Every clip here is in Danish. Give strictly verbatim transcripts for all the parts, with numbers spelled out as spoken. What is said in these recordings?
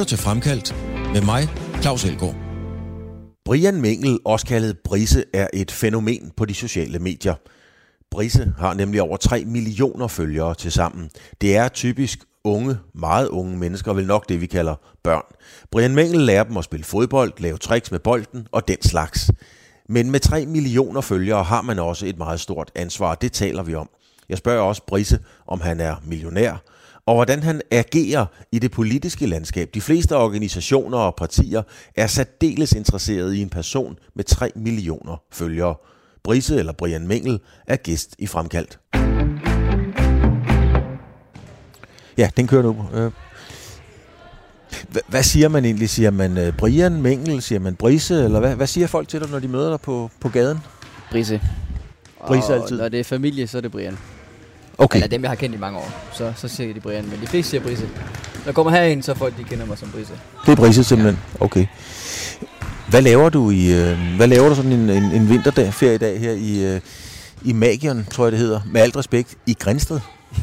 til Fremkaldt med mig, Claus Elgaard. Brian Mengel, også kaldet Brisse, er et fænomen på de sociale medier. Brisse har nemlig over tre millioner følgere til sammen. Det er typisk unge, meget unge mennesker, vel nok det, vi kalder børn. Brian Mengel lærer dem at spille fodbold, lave tricks med bolden og den slags. Men med tre millioner følgere har man også et meget stort ansvar, det taler vi om. Jeg spørger også Brisse, om han er millionær, og hvordan han agerer i det politiske landskab. De fleste organisationer og partier er særdeles interesserede i en person med tre millioner følgere. Brisse, eller Brian Mengel, er gæst i Fremkaldt. Ja, den kører nu. Hvad siger man egentlig? Siger man Brian Mengel? Siger man Brisse? Eller hvad, hvad siger folk til dig, når de møder dig på, på gaden? Brisse. Brisse og altid? Når det er familie, så er det Brian. Okay. Eller dem, jeg har kendt i mange år, så, så siger de Brian. Men de fleste siger Brisse. Når jeg kommer herind, så folk de kender mig som Brisse. Det er Brisse simpelthen? Okay. Hvad laver du i øh, hvad laver du sådan en, en, en vinterdag, feriedag her i, øh, i Magion, tror jeg det hedder, med alt respekt, i Grindsted?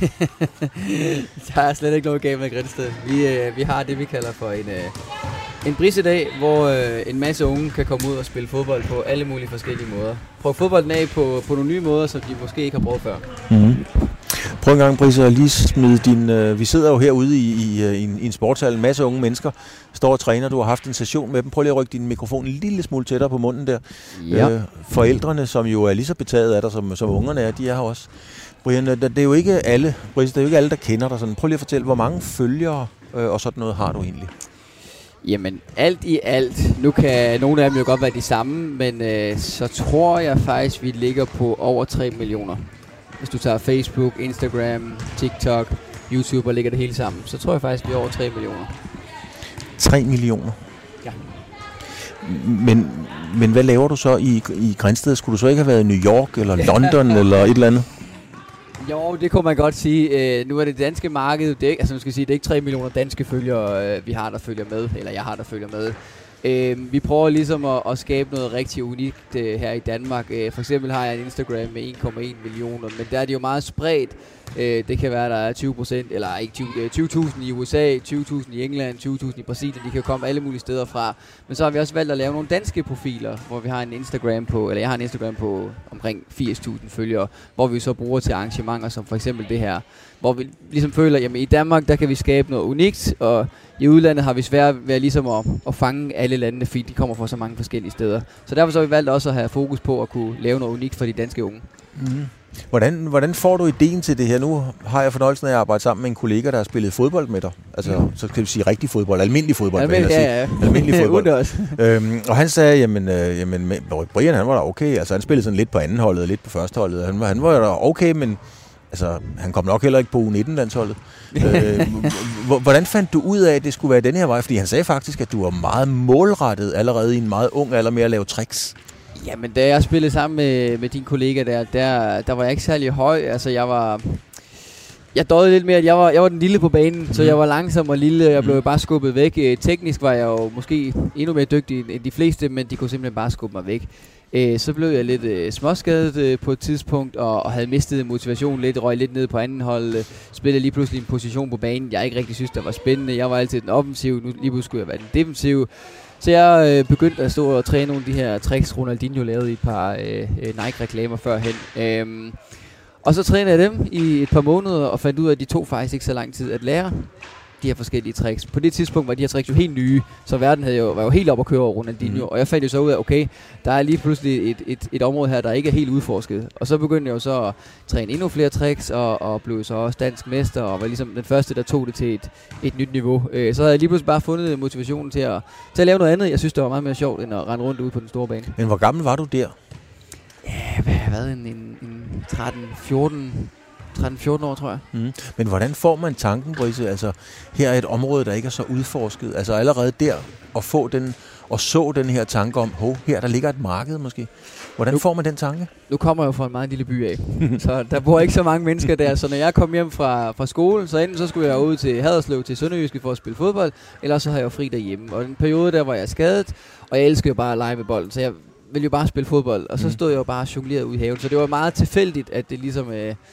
Der er slet ikke noget galt med Grindsted. Vi, øh, vi har det, vi kalder for en, øh, en Brisse-dag, hvor øh, en masse unge kan komme ud og spille fodbold på alle mulige forskellige måder. Prøv fodbolden af på, på nogle nye måder, som de måske ikke har prøvet før. Mm-hmm. Prøv en gang, Brisse, at lige smide din... Øh, vi sidder jo herude i, i, i, en, i en sportshal, en masse unge mennesker står og træner. Du har haft en session med dem. Prøv lige at rykke din mikrofon en lille smule tættere på munden der. Ja. Øh, forældrene, som jo er lige så betaget af dig, som, som ungerne er, de er her også. Brian, det er jo ikke alle, Brisse, det er jo ikke alle, der kender dig sådan. Prøv lige at fortælle, hvor mange følgere øh, og sådan noget har du egentlig? Jamen, alt i alt. Nu kan nogle af dem jo godt være de samme, men øh, så tror jeg faktisk, vi ligger på over tre millioner. Hvis du tager Facebook, Instagram, TikTok, YouTube og lægger det hele sammen, så tror jeg faktisk, vi er over tre millioner. tre millioner? Ja. Men, men hvad laver du så i, i Grindsted? Skulle du så ikke have været i New York eller London eller et eller andet? Jo, det kunne man godt sige. Øh, nu er det danske marked, det er, altså, man skal sige, det er ikke tre millioner danske følgere, øh, vi har, der følger med, eller jeg har, der følger med. Øh, vi prøver ligesom at, at skabe noget rigtig unikt øh, her i Danmark. Øh, for eksempel har jeg en Instagram med en komma en millioner, men der er det jo meget spredt. Øh, det kan være, der er tyve procent, eller ikke tyve tusind i U S A, tyve tusind i England, tyve tusind i Brasilien. De kan jo komme alle mulige steder fra. Men så har vi også valgt at lave nogle danske profiler, hvor vi har en Instagram på, eller jeg har en Instagram på omkring firs tusind følgere, hvor vi så bruger til arrangementer som for eksempel det her. Hvor vi ligesom føler, jamen i Danmark, der kan vi skabe noget unikt, og i udlandet har vi svært ved ligesom at, at fange alle landene, fordi de kommer fra så mange forskellige steder. Så derfor så har vi valgt også at have fokus på at kunne lave noget unikt for de danske unge. Mm. Hvordan, hvordan får du ideen til det her? Nu har jeg fornøjelsen af at arbejde sammen med en kollega, der har spillet fodbold med dig. Altså, mm. så kan vi sige rigtig fodbold, almindelig fodbold. Almindelig, ja, ja. Almindelig fodbold. øhm, og han sagde, jamen, øh, jamen Brian, han var da okay. Altså, han spillede sådan lidt på anden holdet, lidt på første holdet. Han var, han var da okay, men altså, han kom nok heller ikke på U nitten-landsholdet. øh, hvordan fandt du ud af, at det skulle være den her vej? Fordi han sagde faktisk, at du var meget målrettet allerede i en meget ung alder med at lave tricks. Jamen, da jeg spillede sammen med, med din kollega der, der, der var jeg ikke særlig høj. Altså, jeg var... Jeg døde lidt mere, at jeg var, jeg var den lille på banen, mm. så jeg var langsom og lille. Jeg blev mm. bare skubbet væk. Teknisk var jeg jo måske endnu mere dygtig end de fleste, men de kunne simpelthen bare skubbe mig væk. Øh, så blev jeg lidt øh, småskadet øh, på et tidspunkt, og, og havde mistet motivationen lidt, røg lidt ned på anden hold, øh, spillede lige pludselig en position på banen, jeg ikke rigtig synes, der var spændende. Jeg var altid den offensive, nu lige pludselig skulle jeg være den defensive. Så jeg øh, begyndte at stå og træne nogle af de her tricks, Ronaldinho lavede i et par øh, Nike-reklamer førhen. Øhm, og så trænede jeg dem i et par måneder, og fandt ud af, at de tog faktisk ikke så lang tid at lære de her forskellige tricks. På det tidspunkt var de her tricks jo helt nye, så verden havde jo, var jo helt op at køre over Ronaldinho. Mm. Og jeg fandt jo så ud af, okay, der er lige pludselig et, et, et område her, der ikke er helt udforsket. Og så begyndte jeg jo så at træne endnu flere tricks, og, og blev så også dansk mester, og var ligesom den første, der tog det til et, et nyt niveau. Øh, så havde jeg lige pludselig bare fundet motivationen til at, til at lave noget andet. Jeg synes, det var meget mere sjovt, end at rende rundt ude på den store bane. Men hvor gammel var du der? Ja, hvad har været? En, en, en tretten fjorten år, tror jeg. Mm. Men hvordan får man tanken, Brisse? Altså, her er et område, der ikke er så udforsket. Altså allerede der, at få den, og så den her tanke om, hov, her der ligger et marked måske. Hvordan nu, får man den tanke? Nu kommer jeg jo fra en meget lille by af, så der bor ikke så mange mennesker der. Så når jeg kom hjem fra, fra skole, så enten så skulle jeg ud til Haderslev til Sønderjyske for at spille fodbold, eller så havde jeg jo fri derhjemme. Og en periode der var jeg skadet, og jeg elskede jo bare at lege med bolden, så jeg ville jo bare spille fodbold. Og så stod jeg jo bare jongleret ude i haven, så det var meget tilfældigt, at det ligesom... Øh,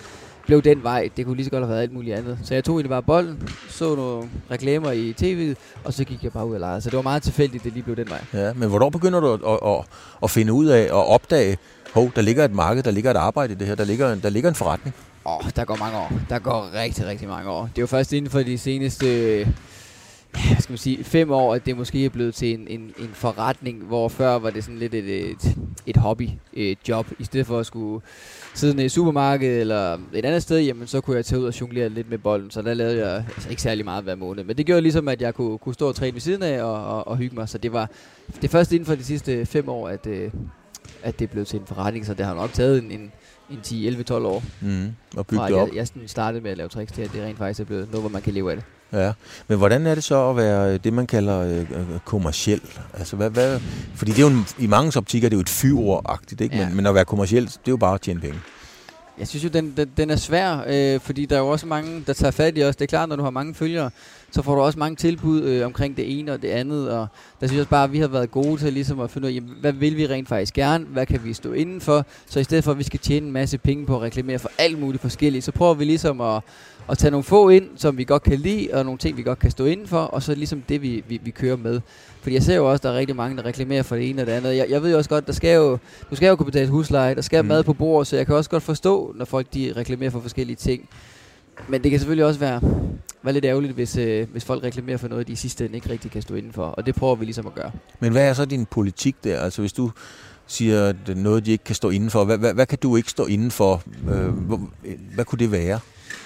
blev den vej. Det kunne lige så godt have været alt muligt andet. Så jeg tog egentlig bare bolden, så nogle reklamer i tv'et, og så gik jeg bare ud og legede. Så det var meget tilfældigt, det lige blev den vej. Ja, men hvornår begynder du at, at, at, at finde ud af og opdage, hov, der ligger et marked, der ligger et arbejde i det her, der ligger, der ligger en forretning? Åh, oh, der går mange år. Der går rigtig, rigtig mange år. Det er jo først inden for de seneste... hvad skal man sige, fem år, at det måske er blevet til en, en, en forretning, hvor før var det sådan lidt et, et, et hobby, et job. I stedet for at skulle sidde nede i supermarkedet eller et andet sted, jamen så kunne jeg tage ud og jonglere lidt med bolden. Så der lavede jeg altså ikke særlig meget hver måned. Men det gjorde ligesom, at jeg kunne, kunne stå og træne ved siden af og, og, og hygge mig. Så det var det første inden for de sidste fem år, at, at det blev til en forretning. Så det har nok taget en, en, en ti, elleve, tolv år. Mm, og bygge det jeg, op. Jeg, jeg startede med at lave tricks til, at det rent faktisk er blevet noget, hvor man kan leve af det. Ja, men hvordan er det så at være det, man kalder øh, kommerciel? Altså, hvad, hvad, fordi det er jo en, i mange optikker er det jo et fyord-agtigt, ikke? Ja. Men, men at være kommerciel, det er jo bare at tjene penge. Jeg synes jo, den, den, den er svær, øh, fordi der er jo også mange, der tager fat i os. Det er klart, når du har mange følgere, så får du også mange tilbud øh, omkring det ene og det andet. Og der synes jeg også bare, at vi har været gode til ligesom at finde ud af, jamen, hvad vil vi rent faktisk gerne? Hvad kan vi stå indenfor? Så i stedet for, at vi skal tjene en masse penge på at reklamere for alt muligt forskelligt, så prøver vi ligesom at, at tage nogle få ind, som vi godt kan lide, og nogle ting, vi godt kan stå indenfor, og så ligesom det, vi, vi, vi kører med. Fordi jeg ser jo også, at der er rigtig mange, der reklamerer for det ene og det andet. Jeg, jeg ved jo også godt, der skal jo, du skal jo kunne betale husleje, der skal mm. mad på bordet, så jeg kan også godt forstå, når folk de reklamerer for forskellige ting. Men det kan selvfølgelig også være, være lidt ærgerligt, hvis, øh, hvis folk reklamerer for noget, de i sidste ende ikke rigtig kan stå indenfor. Og det prøver vi ligesom at gøre. Men hvad er så din politik der? Altså hvis du siger, at det er noget, de ikke kan stå indenfor, hvad, hvad, hvad kan du ikke stå indenfor? Øh, hvad, hvad kunne det være?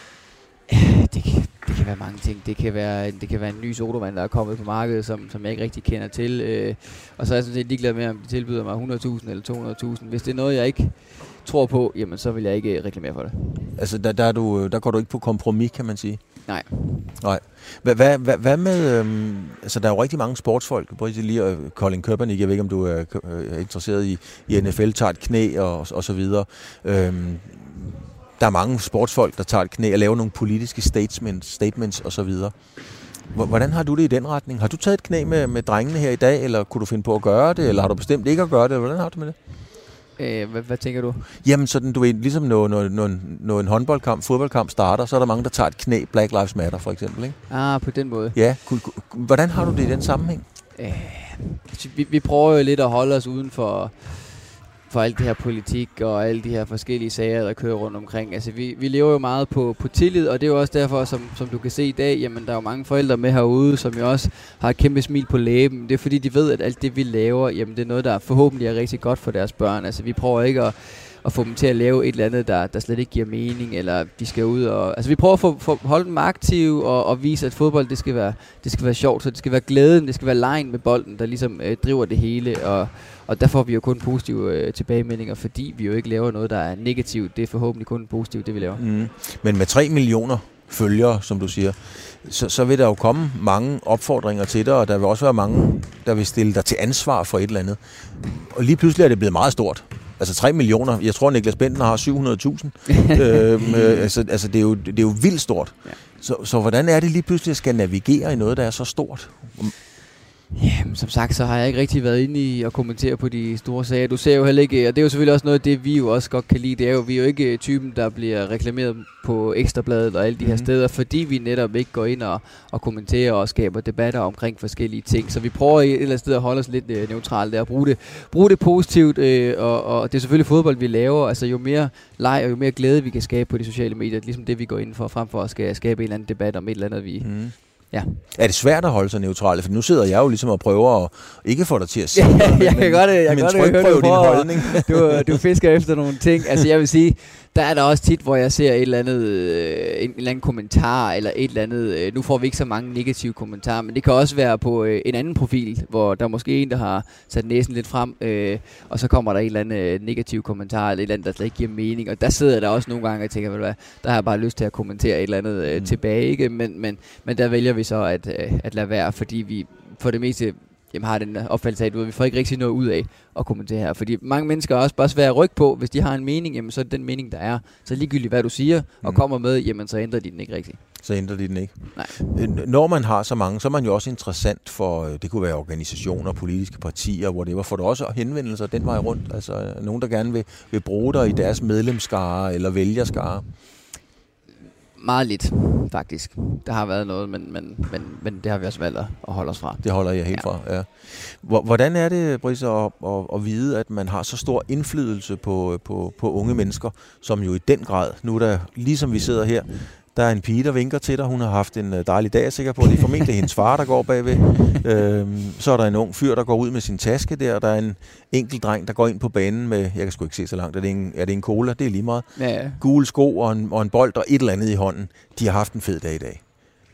Det kan, det kan være mange ting. Det kan være, det kan være en ny sodavand, der er kommet på markedet, som, som jeg ikke rigtig kender til. Øh, og så er jeg sådan set ligeglad med, om de tilbyder mig hundrede tusind eller to hundrede tusind. Hvis det er noget, jeg ikke tror på, jamen så vil jeg ikke reklamere for det. Altså der, der, er du, der går du ikke på kompromis, kan man sige? Nej. Nej. Hvad, hvad, hvad, hvad med, øhm, altså der er jo rigtig mange sportsfolk, prøv lige at Colin Kaepernick, jeg ved ikke, om du er, er interesseret i, i N F L, tager et knæ og, og så videre. Øhm, der er mange sportsfolk, der tager et knæ og laver nogle politiske statements, statements og så videre. Hvordan har du det i den retning? Har du taget et knæ med, med drengene her i dag, eller kunne du finde på at gøre det, eller har du bestemt ikke at gøre det? Hvordan har du med det? Øh, hvad, hvad tænker du? Jamen sådan, du ved, ligesom når, når, når, når en håndboldkamp, fodboldkamp starter, så er der mange, der tager et knæ, Black Lives Matter for eksempel, ikke? Ah, på den måde. Ja, hvordan har du det i den sammenhæng? Øh, vi, vi prøver jo lidt at holde os uden for, for alt det her politik og alle de her forskellige sager, der kører rundt omkring. Altså, vi, vi lever jo meget på, på tillid, og det er jo også derfor, som, som du kan se i dag, jamen, der er jo mange forældre med herude, som jo også har et kæmpe smil på læben. Det er fordi, de ved, at alt det, vi laver, jamen, det er noget, der forhåbentlig er rigtig godt for deres børn. Altså, vi prøver ikke at, at få dem til at lave et eller andet, der, der slet ikke giver mening, eller de skal ud og... Altså, vi prøver at få, få, holde dem aktive og, og vise, at fodbold, det skal, være, det skal være sjovt, så det skal være glæden, det skal være lejen med bolden, der ligesom øh, driver det hele, og Og der får vi jo kun positive øh, tilbagemeldinger, fordi vi jo ikke laver noget, der er negativt. Det er forhåbentlig kun positivt, det vi laver. Mm. Men med tre millioner følgere, som du siger, så, så vil der jo komme mange opfordringer til dig, og der vil også være mange, der vil stille dig til ansvar for et eller andet. Og lige pludselig er det blevet meget stort. Altså tre millioner. Jeg tror, Niklas Bentner har syv hundrede tusind. øhm, øh, altså, altså det, er jo, det er jo vildt stort. Ja. Så, så hvordan er det lige pludselig at skal navigere i noget, der er så stort? Jamen, som sagt, så har jeg ikke rigtig været inde i at kommentere på de store sager. Du ser jo heller ikke, og det er jo selvfølgelig også noget af det, vi jo også godt kan lide. Det er jo, vi er jo ikke typen, der bliver reklameret på Ekstrabladet og alle de her mm. steder, fordi vi netop ikke går ind og, og kommenterer og skaber debatter omkring forskellige ting. Så vi prøver et eller andet sted at holde os lidt øh, neutralt der og bruge det, bruge det positivt. Øh, og, og det er selvfølgelig fodbold, vi laver. Altså jo mere leg og jo mere glæde, vi kan skabe på de sociale medier, ligesom det, vi går ind for, frem for at skal skabe en eller anden debat om et eller andet, vi... Mm. Ja. Er det svært at holde sig neutrale? For nu sidder jeg jo ligesom og prøver at ikke få dig til at sige noget, ja, jeg kan godt, jeg men godt trykprøve din holdning. du, du fisker efter nogle ting. Altså jeg vil sige, der er der også tit, hvor jeg ser et eller andet, øh, en, en eller anden kommentar, eller et eller andet, øh, nu får vi ikke så mange negative kommentarer, men det kan også være på øh, en anden profil, hvor der er måske en, der har sat næsen lidt frem, øh, og så kommer der en eller anden øh, negativ kommentar, eller et eller andet, der slet ikke giver mening, og der sidder der også nogle gange og tænker, hvad, der har jeg bare lyst til at kommentere et eller andet øh, mm. tilbage, ikke? Men, men, men der vælger vi så at, øh, at lade være, fordi vi for det meste... Jamen, har den opfattelse af, at vi får ikke rigtig noget ud af at kommentere her. Fordi mange mennesker er også bare svære at rykke på. Hvis de har en mening, jamen, så er det den mening, der er. Så ligegyldigt, hvad du siger og mm. kommer med, jamen, så ændrer de den ikke rigtigt. Så ændrer de den ikke? Nej. Når man har så mange, så er man jo også interessant for, det kunne være organisationer, politiske partier, whatever. Får du også henvendelser den vej rundt? Altså nogen, der gerne vil, vil bruge dig i deres medlemsskare eller vælgerskare? meget lidt, faktisk. Der har været noget, men, men, men, men det har vi også valgt at holde os fra. Det holder jeg helt ja. fra, ja. Hvordan er det, Brice, at, at, at vide, at man har så stor indflydelse på, på, på unge mennesker, som jo i den grad, nu der, ligesom vi sidder her, der er en pige, der vinker til dig. Hun har haft en dejlig dag, jeg er sikker på. Det er formentlig hendes far, der går bagved. Øhm, så er der en ung fyr, der går ud med sin taske der. Der er en enkelt dreng, der går ind på banen med, jeg kan sgu ikke se så langt, er det en, er det en cola? Det er lige meget. Ja, ja. Gule sko og en, og en bold og et eller andet i hånden. De har haft en fed dag i dag.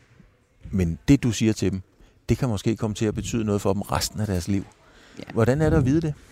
Men det, du siger til dem, det kan måske komme til at betyde noget for dem resten af deres liv. Ja. Hvordan er det at vide det?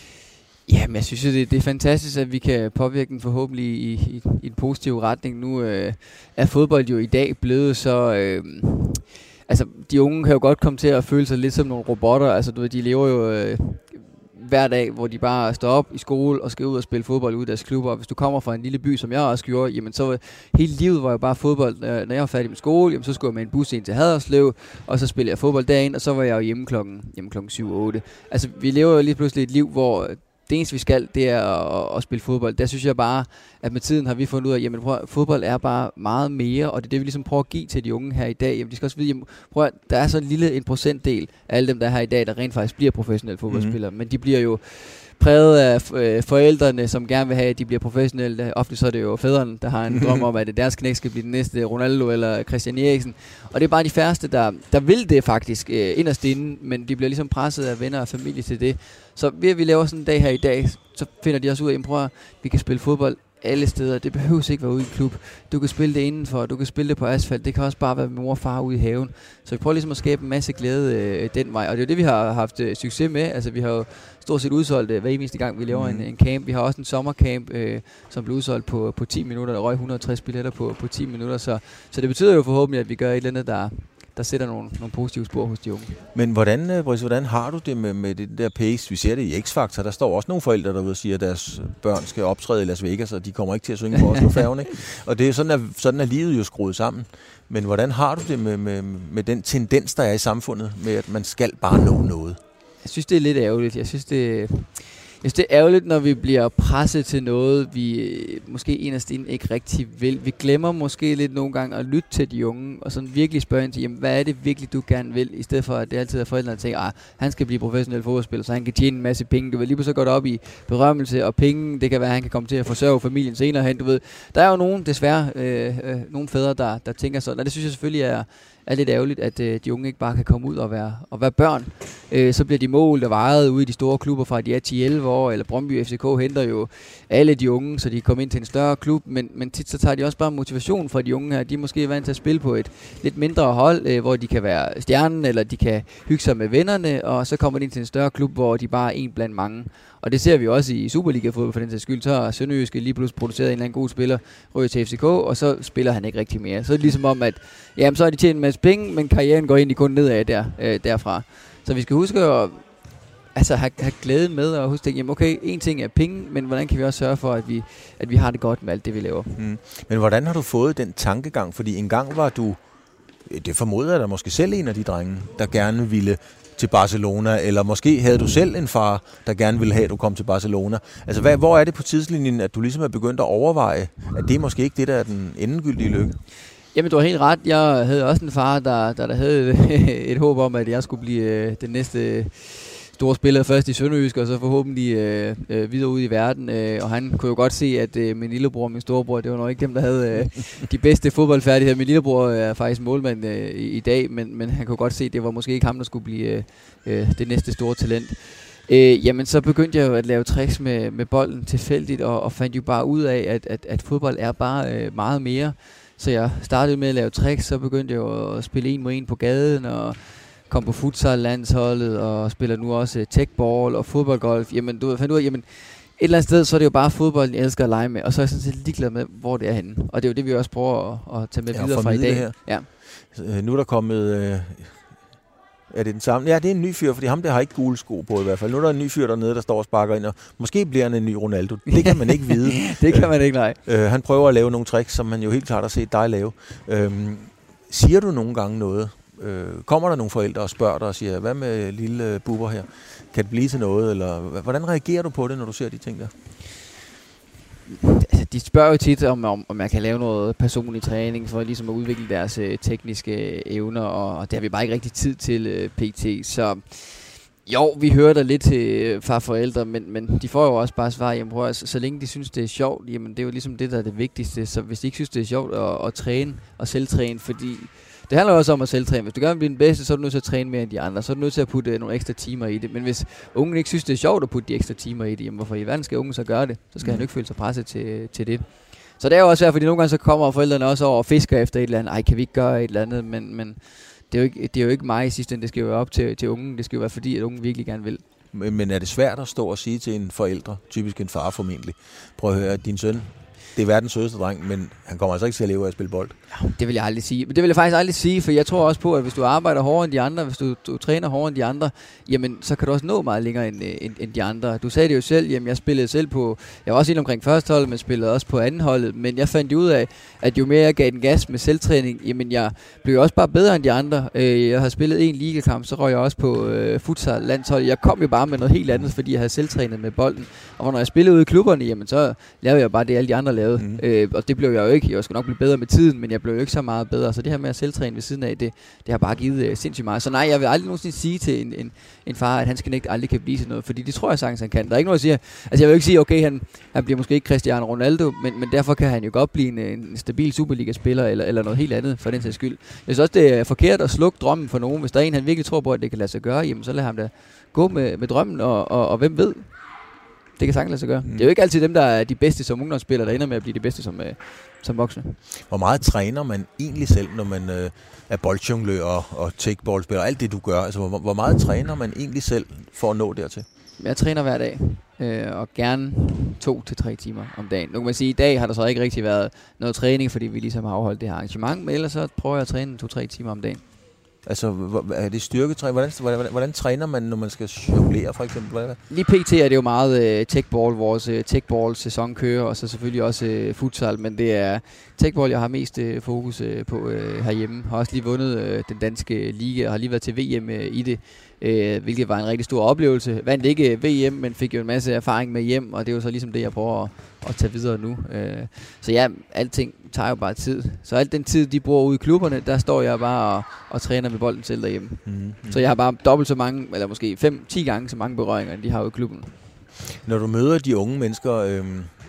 Jamen, jeg synes, det, det er fantastisk, at vi kan påvirke den forhåbentlig i, i, i en positiv retning. Nu øh, er fodbold jo i dag blevet så... Øh, altså, de unge kan jo godt komme til at føle sig lidt som nogle robotter. Altså, du ved, de lever jo øh, hver dag, hvor de bare står op i skole og skal ud og spille fodbold ude i deres klubber. Og hvis du kommer fra en lille by, som jeg også gjorde, jamen så hele livet var jo bare fodbold. Når jeg var færdig med skole, jamen så skulle jeg med en bus ind til Haderslev, og så spillede jeg fodbold derinde, og så var jeg jo hjemme klokken, hjemme klokken syv otte. Altså, vi lever jo lige pludselig et liv, hvor... Det eneste, vi skal, det er at, at spille fodbold. Der synes jeg bare, at med tiden har vi fundet ud af, jamen prøv, fodbold er bare meget mere, og det er det, vi ligesom prøver at give til de unge her i dag. Jamen, de skal også vide, jamen, prøv at, der er så en lille en procentdel af alle dem, der er her i dag, der rent faktisk bliver professionelle fodboldspillere. Mm-hmm. Men de bliver jo præget af øh, forældrene, som gerne vil have, at de bliver professionelle. Ofte så er det jo fædrene, der har en drøm om, at deres knæk skal blive den næste Ronaldo eller Christian Eriksen. Og det er bare de færreste, der, der vil det faktisk øh, inderst inde, men de bliver ligesom presset af venner og familie til det. Så ved at vi laver sådan en dag her i dag, så finder de også ud af, at prøv at vi kan spille fodbold alle steder. Det behøver ikke være ude i en klub. Du kan spille det indenfor, du kan spille det på asfalt. Det kan også bare være med mor og far ude i haven. Så vi prøver ligesom at skabe en masse glæde øh, den vej. Og det er jo det, vi har haft øh, succes med. Altså vi har jo stort set udsolgt øh, hver eneste gang, vi laver mm. en, en camp. Vi har også en sommercamp, øh, som blev udsolgt på, på ti minutter. Der røg et hundrede og tres billetter på, på ti minutter. Så, så det betyder jo forhåbentlig, at vi gør et eller andet, der... der sætter nogle, nogle positive spor hos de unge. Men hvordan, Brice, hvordan har du det med, med det der pace? Vi ser det i X-Factor. Der står også nogle forældre, der vil sige, at deres børn skal optræde i Las Vegas, og de kommer ikke til at synge på os på færgen, ikke? Og det er sådan, at sådan er livet jo skruet sammen. Men hvordan har du det med, med, med den tendens, der er i samfundet, med at man skal bare nå noget? Jeg synes, det er lidt ærgerligt. Jeg synes, det Jeg synes, det er ærgerligt, når vi bliver presset til noget, vi øh, måske inderst inde ikke rigtig vil. Vi glemmer måske lidt nogle gange at lytte til de unge, og sådan virkelig spørge ind til, jamen, hvad er det virkelig, du gerne vil? I stedet for, at det altid er forældrene, der tænker, at han skal blive professionel fodboldspiller, så han kan tjene en masse penge. Du vil lige pludselig godt op i berømmelse og penge. Det kan være, at han kan komme til at forsørge familien senere hen. Du ved, der er jo nogen, desværre, øh, øh, nogle fædre, der, der tænker sådan, og det synes jeg selvfølgelig er... er lidt ærgerligt, at øh, de unge ikke bare kan komme ud og være, og være børn. Øh, så bliver de målt og vejet ude i de store klubber fra de er ti elleve år, eller Brøndby F C K henter jo alle de unge, så de kommer ind til en større klub, men, men tit så tager de også bare motivation fra de unge her. De er måske vant til at spille på et lidt mindre hold, øh, hvor de kan være stjernen, eller de kan hygge sig med vennerne, og så kommer de ind til en større klub, hvor de bare er en blandt mange. Og det ser vi også i Superliga-fodbold for den sags skyld. Så har Sønderjyske lige pludselig produceret en eller anden god spiller, ryger til F C K, og så spiller han ikke rigtig mere. Så er det ligesom om, at jamen, så har de tjent en masse penge, men karrieren går egentlig kun nedad der, øh, derfra. Så vi skal huske at altså, have, have glæden med, og huske at jamen, okay, en ting er penge, men hvordan kan vi også sørge for, at vi, at vi har det godt med alt det, vi laver. Mm. Men hvordan har du fået den tankegang? Fordi engang var du, det formoder jeg da måske selv en af de drenge, der gerne ville til Barcelona, eller måske havde du selv en far, der gerne ville have, at du kom til Barcelona. Altså, hvad, hvor er det på tidslinjen, at du ligesom er begyndt at overveje, at det er måske ikke det, der er den endegyldige lykke? Jamen, du har helt ret. Jeg havde også en far, der, der, der havde et håb om, at jeg skulle blive øh, den næste store spiller først i Sønderjysk, og så forhåbentlig øh, øh, videre ud i verden. Øh, og han kunne jo godt se, at øh, min lillebror og min storebror, det var nok ikke dem, der havde øh, de bedste fodboldfærdigheder. Min lillebror er faktisk målmand øh, i, i dag, men, men han kunne godt se, at det var måske ikke ham, der skulle blive øh, øh, det næste store talent. Øh, jamen, så begyndte jeg jo at lave tricks med, med bolden tilfældigt, og, og fandt jo bare ud af, at, at, at fodbold er bare øh, meget mere. Så jeg startede med at lave tricks, så begyndte jeg jo at spille en mod en på gaden, og kom på futsal-landsholdet, og spiller nu også techball og fodboldgolf. Jamen, du fandt ud af, jamen, et eller andet sted, så er det jo bare fodbold, jeg elsker at lege med, og så er jeg sådan set ligeglad med, hvor det er henne. Og det er jo det, vi også prøver at, at tage med ja, videre fra i dag. Her. Ja. Øh, nu er der kommet... Øh Er det den samme? Ja, det er en ny fyr, fordi ham der har ikke gule sko på i hvert fald. Nu er der en ny fyr dernede, der står og sparker ind, og måske bliver han en ny Ronaldo. Det kan man ikke vide. Det kan man ikke, nej. Øh, han prøver at lave nogle tricks, som man jo helt klart har set dig lave. Øh, siger du nogle gange noget? Øh, kommer der nogle forældre og spørger dig og siger, hvad med lille Bubber her? Kan det blive til noget? Eller hvordan reagerer du på det, når du ser de ting der? Altså, de spørger jo tit, om, om, om jeg kan lave noget personlig træning, for ligesom at udvikle deres øh, tekniske evner, og, og det har vi bare ikke rigtig tid til øh, pt. Så jo, vi hører der lidt til far og forældre, men, men de får jo også bare svar, jamen prøv, altså, så længe de synes, det er sjovt, jamen det er jo ligesom det, der er det vigtigste. Så hvis de ikke synes, det er sjovt at, at træne og selvtræne, fordi det handler også om at selvtræne. Hvis du gerne vil blive den bedste, så er du nødt til at træne mere end de andre. Så er du nødt til at putte nogle ekstra timer i det. Men hvis ungen ikke synes, det er sjovt at putte de ekstra timer i det, jamen hvorfor i verden skal ungen så gøre det? Så skal mm. han jo ikke føle sig presset til, til det. Så det er jo også svært, fordi nogle gange så kommer forældrene også over og fisker efter et eller andet. Ej, kan vi ikke gøre et eller andet? Men, men det, er jo ikke, det er jo ikke mig i sidste ende. Det skal jo være op til, til ungen. Det skal jo være fordi, at ungen virkelig gerne vil. Men, men er det svært at stå og sige til en forælder, typisk en far formentlig, prøv at høre, at din søn, det er verdens sødeste dreng, men han kommer altså ikke til at leve af at spille bold. Det vil jeg aldrig sige. Men det vil jeg faktisk aldrig sige, for jeg tror også på, at hvis du arbejder hårdere end de andre, hvis du, du træner hårdere end de andre, jamen så kan du også nå meget længere end, end, end de andre. Du sagde det jo selv, jamen jeg spillede selv på, jeg var også helt omkring første hold, men spillede også på anden holdet, men jeg fandt ud af, at jo mere jeg gav den gas med selvtræning, jamen jeg blev også bare bedre end de andre. Jeg har spillet en ligakamp, så røg jeg også på øh, futsal landshold. Jeg kom jo bare med noget helt andet, fordi jeg havde selvtrænet med bolden. Og når jeg spillede ude i klubberne, jamen så lavede jeg bare det, alle de andre lavede. Mm. Øh, og det blev jeg jo ikke. Jeg skulle nok blive bedre med tiden, men jeg blev jo ikke så meget bedre. Så det her med at selvtræne ved siden af, det, det har bare givet øh, sindssygt meget. Så nej, jeg vil aldrig nogensinde sige til en, en, en far, at hans knægt aldrig kan blive til noget, fordi det tror jeg sagtens, han kan. Der er ikke noget at sige. Altså jeg vil ikke sige, okay, han, han bliver måske ikke Cristiano Ronaldo, men, men derfor kan han jo godt blive en, en stabil Superliga-spiller, eller, eller noget helt andet, for den sags skyld. Jeg synes også, det er forkert at slukke drømmen for nogen. Hvis der er en, han virkelig tror på, at det kan lade sig gøre, jamen så lad ham da gå med, med drømmen, og, og, og hvem ved? Det kan sagtens lade sig gøre. Mm. Det er jo ikke altid dem, der er de bedste som ungdomsspillere, der ender med at blive de bedste som, øh, som voksne. Hvor meget træner man egentlig selv, når man øh, er boldjonglør og, og take-ball-spiller, alt det du gør? Altså, hvor, hvor meget træner man egentlig selv for at nå dertil? Jeg træner hver dag, øh, og gerne to til tre timer om dagen. Nu kan man sige, at i dag har der så ikke rigtig været noget træning, fordi vi ligesom har afholdt det her arrangement, men ellers så prøver jeg at træne to til tre timer om dagen. Altså, er det styrketræning? Hvordan, hvordan, hvordan træner man, når man skal jonglere, for eksempel? Hvordan? Lige pt. Er det jo meget uh, techball, vores uh, techball-sæson kører, og så selvfølgelig også uh, futsal, men det er techball, jeg har mest uh, fokus uh, på uh, herhjemme. Har også lige vundet uh, den danske liga, og har lige været til V M uh, i det, uh, hvilket var en rigtig stor oplevelse. Vandt ikke uh, V M, men fik jo en masse erfaring med hjem, og det er jo så ligesom det, jeg prøver at, at tage videre nu. Uh, så ja, alting tager jo bare tid. Så alt den tid, de bruger ude i klubberne, der står jeg bare og, og træner med bolden selv derhjemme. Mm-hmm. Så jeg har bare dobbelt så mange, eller måske fem, ti gange så mange berøringer, end de har ude i klubben. Når du møder de unge mennesker, øh,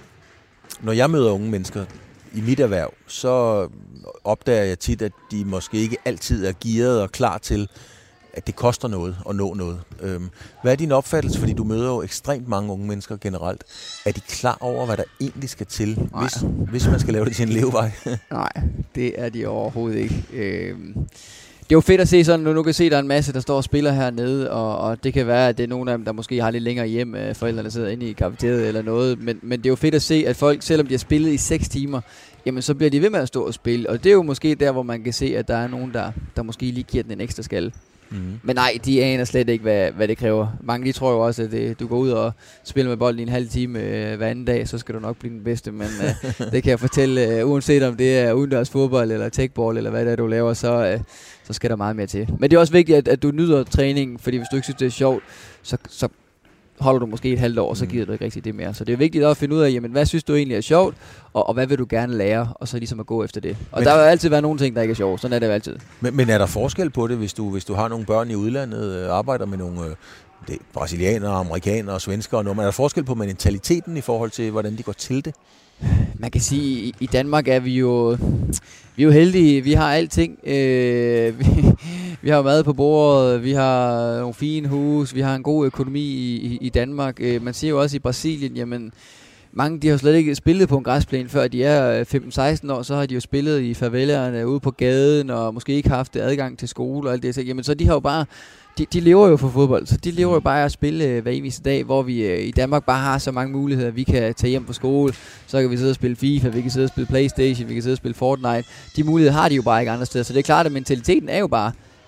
når jeg møder unge mennesker i mit erhverv, så opdager jeg tit, at de måske ikke altid er gearet og klar til, at det koster noget at nå noget. Øhm, hvad er din opfattelse, fordi du møder jo ekstremt mange unge mennesker generelt. Er de klar over, hvad der egentlig skal til, hvis, hvis man skal lave det til en levevej? Nej, det er de overhovedet ikke. Øhm, det er jo fedt at se sådan, nu, nu kan se, at der er en masse, der står og spiller hernede, og, og det kan være, at det er nogle af dem, der måske har lidt længere hjem, øh, forældrene sidder inde i kafeteriet eller noget, men, men det er jo fedt at se, at folk, selvom de har spillet i seks timer, jamen så bliver de ved med at stå og spille, og det er jo måske der, hvor man kan se, at der er nogen, der, der måske lige giver den en ekstra skalle. Mm. Men nej, de aner slet ikke, hvad, hvad det kræver. Mange de tror jo også, at det, du går ud og spiller med bolden i en halv time øh, hver anden dag, så skal du nok blive den bedste. Men øh, det kan jeg fortælle, øh, uanset om det er udendørs fodbold eller techball eller hvad det er, du laver, så, øh, så skal der meget mere til. Men det er også vigtigt, at, at du nyder træningen, fordi hvis du ikke synes, det er sjovt, så, så holder du måske et halvt år, og så giver du ikke rigtig det mere. Så det er vigtigt at finde ud af, jamen, hvad synes du egentlig er sjovt, og, og hvad vil du gerne lære, og så ligesom at gå efter det. Og men der vil altid være nogle ting, der ikke er sjovt. Sådan er det jo altid. Men, men er der forskel på det, hvis du, hvis du har nogle børn i udlandet, øh, arbejder med nogle øh, det, brasilianere, amerikanere og svenskere og noget, men er der forskel på mentaliteten i forhold til, hvordan de går til det? Man kan sige, at i Danmark er vi jo, vi er jo heldige. Vi har alting. Øh, vi, vi har mad på bordet, vi har nogle fine hus, vi har en god økonomi i, i, i Danmark. Øh, man siger jo også i Brasilien, jamen mange de har slet ikke spillet på en græsplæne før de er femten seksten år, så har de jo spillet i favelaerne ude på gaden og måske ikke haft adgang til skole og alt det. Så, jamen så de har jo bare De, de lever jo for fodbold, så de lever jo bare at spille øh, hver eneste dag, hvor vi øh, i Danmark bare har så mange muligheder. Vi kan tage hjem på skole, så kan vi sidde og spille FIFA, vi kan sidde og spille PlayStation, vi kan sidde og spille Fortnite. De muligheder har de jo bare ikke andre steder, så det er klart, at mentaliteten er jo bare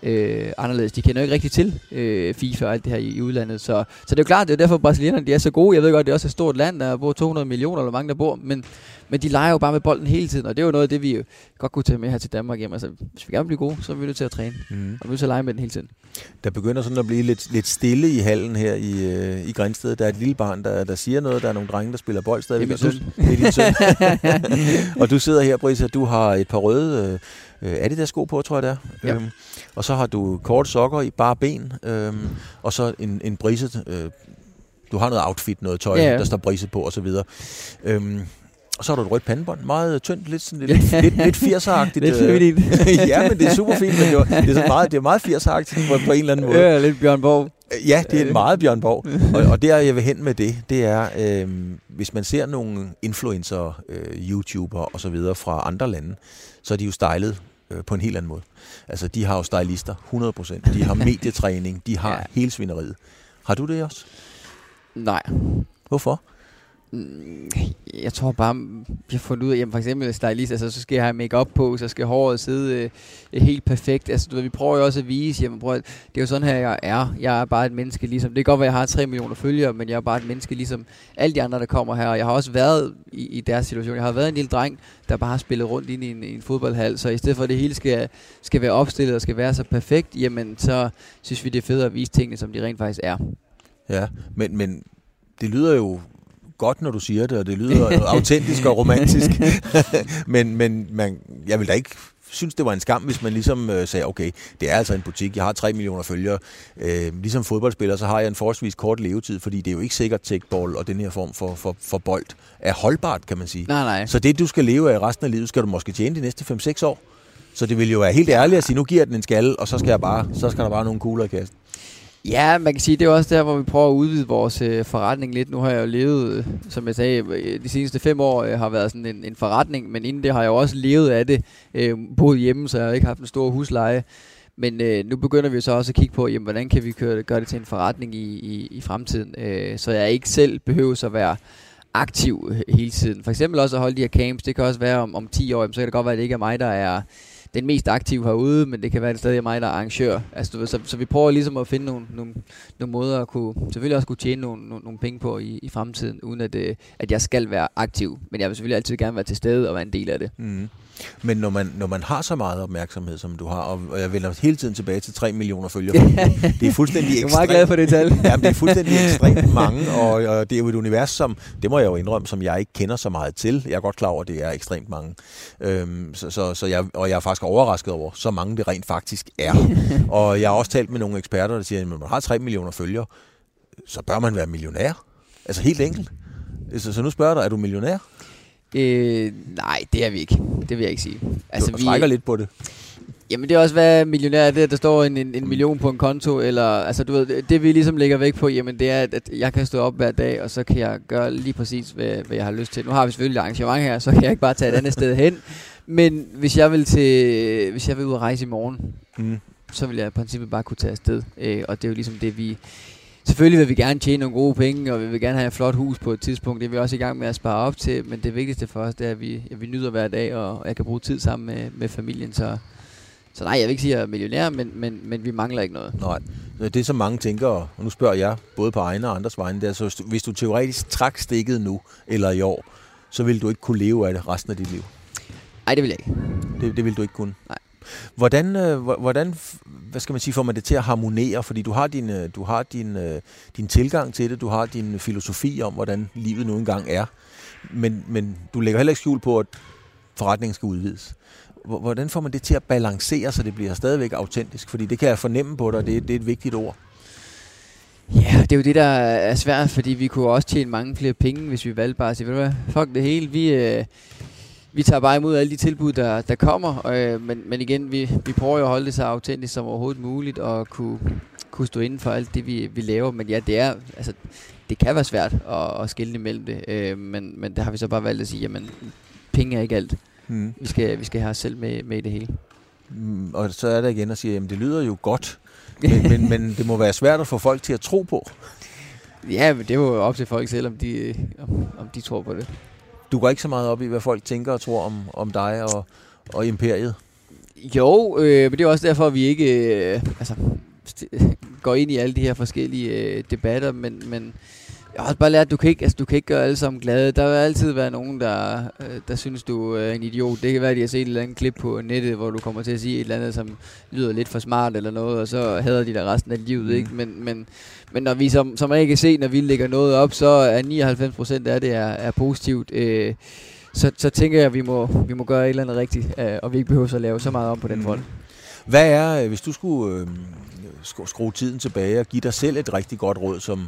øh, anderledes. De kender jo ikke rigtig til øh, FIFA og alt det her i, i udlandet. Så, så det er jo klart, det er derfor brasilianerne de er så gode. Jeg ved godt, det er også et stort land, der bor to hundrede millioner, eller mange der bor, men, men de leger jo bare med bolden hele tiden, og det er jo noget af det, vi godt kunne tage med her til Danmark. Jamen, altså, hvis vi gerne vil blive gode, så er vi nødt til at træne, mm. og vi er nødt til at lege med den hele tiden. Der begynder sådan at blive lidt, lidt stille i hallen her i, øh, i Grindsted. Der er et lille barn, der, der siger noget. Der er nogle drenge, der spiller bold stadigvæk. Det er min søn. Det er din søn. Og du sidder her, Brisa, du har et par røde øh, Adidas-sko på, tror jeg det er. Ja. Øhm, og så har du korte sokker i bare ben, øhm, og så en, en Brisa. Øh, du har noget outfit, noget tøj, ja, ja. Der står Brisa på, og så videre. Øhm, Og så har du et rødt pandebånd. Meget tyndt, lidt, sådan, lidt, lidt, lidt firser-agtigt. Lidt fint. Ja, men det er super fint, men det er, det er, så meget, det er meget firser-agtigt på, på en eller anden måde. Ja, lidt Bjørn Borg. Ja, det er meget Bjørn Borg. Og, og der jeg vil hen med det, det er, øh, hvis man ser nogle influencer, øh, YouTuber og så videre fra andre lande, så er de jo stylet øh, på en helt anden måde. Altså, de har jo stylister, hundrede procent. De har medietræning, de har ja. hele svineriet. Har du det også? Nej. Hvorfor? Jeg tror bare, jeg har fundet ud af, jamen for eksempel stylist, altså så skal jeg have make-up på, så skal håret sidde øh, helt perfekt. Altså du ved, vi prøver jo også at vise, jamen prøv, det er jo sådan her, jeg er. Jeg er bare et menneske ligesom, det kan godt være, jeg har tre millioner følgere, men jeg er bare et menneske ligesom alle de andre, der kommer her. Og jeg har også været i, i deres situation. Jeg har været en lille dreng, der bare har spillet rundt ind i en, i en fodboldhal, så i stedet for at det hele skal, skal være opstillet og skal være så perfekt, jamen så synes vi, det er fedt at vise tingene, som de rent faktisk er. Ja, men, men det lyder jo godt, når du siger det, og det lyder autentisk og romantisk. men men man, jeg vil da ikke synes, det var en skam, hvis man ligesom øh, sagde, okay, det er altså en butik, jeg har tre millioner følgere. Øh, ligesom fodboldspiller, så har jeg en forholdsvis kort levetid, fordi det er jo ikke sikkert, techball og den her form for, for, for bold er holdbart, kan man sige. Nej, nej. Så det, du skal leve af resten af livet, skal du måske tjene de næste fem seks år. Så det vil jo være helt ærligt at sige, nu giver jeg den en skalle, og så skal, jeg bare, så skal der bare nogle kugler i kassen. Ja, man kan sige, det er også der, hvor vi prøver at udvide vores øh, forretning lidt. Nu har jeg jo levet, øh, som jeg sagde, de seneste fem år øh, har været sådan en, en forretning, men inden det har jeg jo også levet af det, øh, boet hjemme, så jeg har ikke haft en stor husleje. Men øh, nu begynder vi så også at kigge på, jamen, hvordan kan vi køre, gøre det til en forretning i, i, i fremtiden, øh, så jeg ikke selv behøver at være aktiv hele tiden. For eksempel også at holde de her camps, det kan også være om, om ti år, så kan det godt være, at det ikke er mig, der er den mest aktive herude, men det kan være, at det stadig er mig, der er arrangør. Altså, du ved, så, så vi prøver ligesom at finde nogle, nogle, nogle måder at kunne, selvfølgelig også kunne tjene nogle, nogle, nogle penge på i, i fremtiden, uden at, øh, at jeg skal være aktiv. Men jeg vil selvfølgelig altid gerne være til stede og være en del af det. Mm. Men når man, når man har så meget opmærksomhed, som du har, og jeg vender hele tiden tilbage til tre millioner følgere, det er fuldstændig ekstremt. Jeg er meget glad for det tal. Jamen, det er fuldstændig ekstremt mange, og, og det er jo et univers, som, det må jeg jo indrømme, som jeg ikke kender så meget til. Jeg er godt klar over, at det er ekstremt mange. Øhm, så, så, så jeg, og jeg er faktisk overrasket over, så mange det rent faktisk er. Og jeg har også talt med nogle eksperter, der siger, at når man har tre millioner følgere, så bør man være millionær. Altså helt enkelt. Så, så nu spørger jeg dig, er du millionær? Øh, nej, det er vi ikke. Det vil jeg ikke sige. Altså, du trækker lidt på det. Jamen det er også, hvad millionær er det, der står en, en, en million på en konto, eller, altså du ved, det, det vi ligesom lægger væk på, jamen det er, at, at jeg kan stå op hver dag, og så kan jeg gøre lige præcis, hvad, hvad jeg har lyst til. Nu har vi selvfølgelig et arrangement her, så kan jeg ikke bare tage et andet sted hen, men hvis jeg vil til, hvis jeg vil ud og rejse i morgen, mm. så vil jeg i princippet bare kunne tage afsted, øh, og det er jo ligesom det, vi... Selvfølgelig vil vi gerne tjene nogle gode penge, og vi vil gerne have et flot hus på et tidspunkt. Det er vi også i gang med at spare op til, men det vigtigste for os, det er, at vi, at vi nyder hver dag, og jeg kan bruge tid sammen med, med familien. Så, så nej, jeg vil ikke sige, at jeg er millionær, men, men, men vi mangler ikke noget. Nej, det er så mange tænker, og nu spørger jeg, både på egne og andres vegne, det er, så hvis du teoretisk trak stikket nu, eller i år, så vil du ikke kunne leve af det resten af dit liv? Nej, det vil jeg ikke. Det, det vil du ikke kunne? Nej. Hvordan, øh, hvordan, hvad skal man sige, får man det til at harmonere? Fordi du har din, du har din, øh, din tilgang til det, du har din filosofi om, hvordan livet nu engang er. Men, men du lægger heller ikke skjul på, at forretningen skal udvides. Hvordan får man det til at balancere, så det bliver stadigvæk autentisk? Fordi det kan jeg fornemme på dig, og det, det er et vigtigt ord. Ja, det er jo det, der er svært, fordi vi kunne også tjene mange flere penge, hvis vi valgte bare at sige, ved du hvad, fuck det hele, vi... Øh Vi tager bare imod alle de tilbud, der, der kommer, øh, men, men igen, vi, vi prøver jo at holde det så autentisk som overhovedet muligt, og kunne, kunne stå inden for alt det, vi, vi laver. Men ja, det er, altså, det kan være svært at, at skille imellem det, øh, men, men der har vi så bare valgt at sige, jamen, penge er ikke alt. Mm. Vi, skal, vi skal have os selv med, med i det hele. Mm, og så er der igen at sige, jamen det lyder jo godt, men, men, men det må være svært at få folk til at tro på. Ja, men det er jo op til folk selv, om de, om, om de tror på det. Du går ikke så meget op i, hvad folk tænker og tror om, om dig og, og imperiet? Jo, øh, men det er også derfor, at vi ikke øh, altså, st- går ind i alle de her forskellige øh, debatter, men, men jeg har også bare lært, at du kan ikke, altså, du kan ikke gøre alle sammen glade. Der vil altid være nogen, der, øh, der synes, du er en idiot. Det kan være, at de har set et eller andet klip på nettet, hvor du kommer til at sige et eller andet, som lyder lidt for smart eller noget, og så hader de der resten af livet, mm. ikke? Men, men, men når vi som, som ikke kan se, når vi lægger noget op, så er nioghalvfems procent af det er, er positivt. Øh, så, så tænker jeg, at vi må, vi må gøre et eller andet rigtigt, øh, og vi ikke behøver at lave så meget om på den mm. front. Hvad er, hvis du skulle øh, skrue tiden tilbage og give dig selv et rigtig godt råd som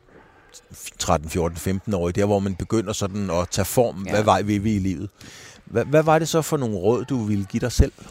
tretten, fjorten, femten-årig, der hvor man begynder sådan at tage form, ja. Hvad vej vil vi i livet? Hvad, hvad var det så for nogle råd, du ville give dig selv?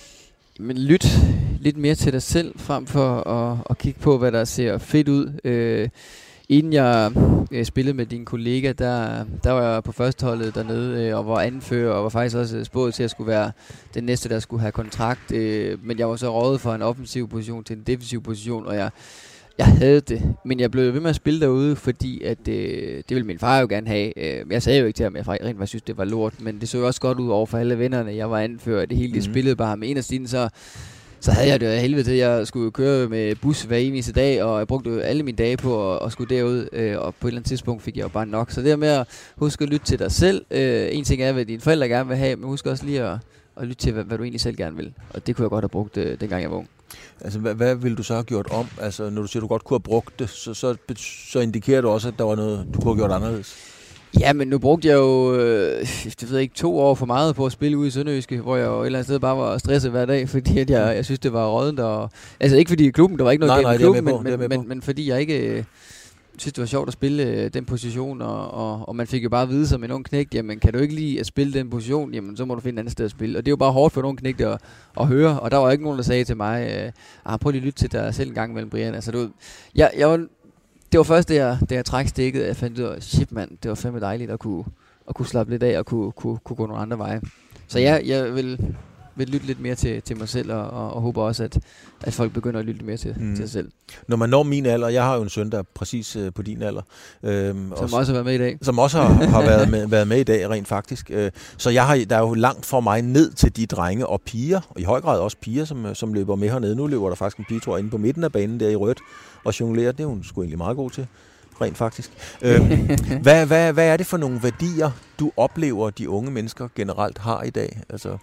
Men lyt lidt mere til dig selv, frem for at, at kigge på, hvad der ser fedt ud. Øh, inden jeg øh, spillede med din kollega, der, der var jeg på førsteholdet dernede, øh, og var anfører, og var faktisk også spået til at skulle være den næste, der skulle have kontrakt. Øh, men jeg var så rådet fra en offensiv position til en defensiv position, og jeg Jeg havde det, men jeg blev ved med at spille derude, fordi at, øh, det ville min far jo gerne have. Øh, jeg sagde jo ikke til ham, at jeg rent faktisk synes, det var lort, men det så jo også godt ud over for alle vennerne. Jeg var anfører, det hele det mm-hmm. spillede bare med en af siden, så, så havde jeg det af helvede til. Jeg skulle køre med bus hver eneste dag, og jeg brugte alle mine dage på at, at skulle derud, øh, og på et eller andet tidspunkt fik jeg jo bare nok. Så det med at huske at lytte til dig selv. Øh, en ting er, hvad dine forældre gerne vil have, men husk også lige at, at lytte til, hvad, hvad du egentlig selv gerne vil. Og det kunne jeg godt have brugt, øh, dengang jeg var ung. Altså, hvad, hvad ville du så have gjort om? Altså, når du siger, du godt kunne have brugt det, så, så, så indikerer du også, at der var noget, du kunne have gjort anderledes. Ja, men nu brugte jeg jo, øh, det ved jeg ikke, to år for meget på at spille ude i Sønderjyske, hvor jeg jo et eller andet sted bare var stresset hver dag, fordi at jeg, jeg synes, det var rådent. Og, altså ikke fordi klubben, der var ikke noget nej, galt nej, med klubben, men, men, men, men fordi jeg ikke øh, synes, det var sjovt at spille øh, den position, og, og, og man fik jo bare at vide som en ung knægt, jamen kan du ikke lide at spille den position, jamen så må du finde et andet sted at spille. Og det er jo bare hårdt for en ung knægt at, at høre, og der var ikke nogen, der sagde til mig, øh, ah, prøv lige at lytte til dig selv en gang mellem, Brian. Altså, du, jeg, jeg var, det var først, da jeg, da jeg træk stikket, at jeg fandt ud af, shit mand, det var fandme dejligt at kunne, at kunne slappe lidt af og kunne, kunne, kunne gå nogle andre veje. Så ja, jeg vil, vil lytte lidt mere til, til mig selv, og, og, og håber også, at, at folk begynder at lytte mere til, mm. til sig selv. Når man når min alder, jeg har jo en søn, der er præcis øh, på din alder. Øhm, som også, også har været med i dag. Som også har, har været, med, været med i dag, rent faktisk. Øh, så jeg har, der er jo langt for mig ned til de drenge og piger, og i høj grad også piger, som, som løber med hernede. Nu løber der faktisk en pige, tror jeg, inde på midten af banen der i rødt, og jonglerer. Det er hun sgu egentlig meget god til. Rent faktisk. Øhm, hvad, hvad, hvad er det for nogle værdier, du oplever, de unge mennesker generelt har i dag? Altså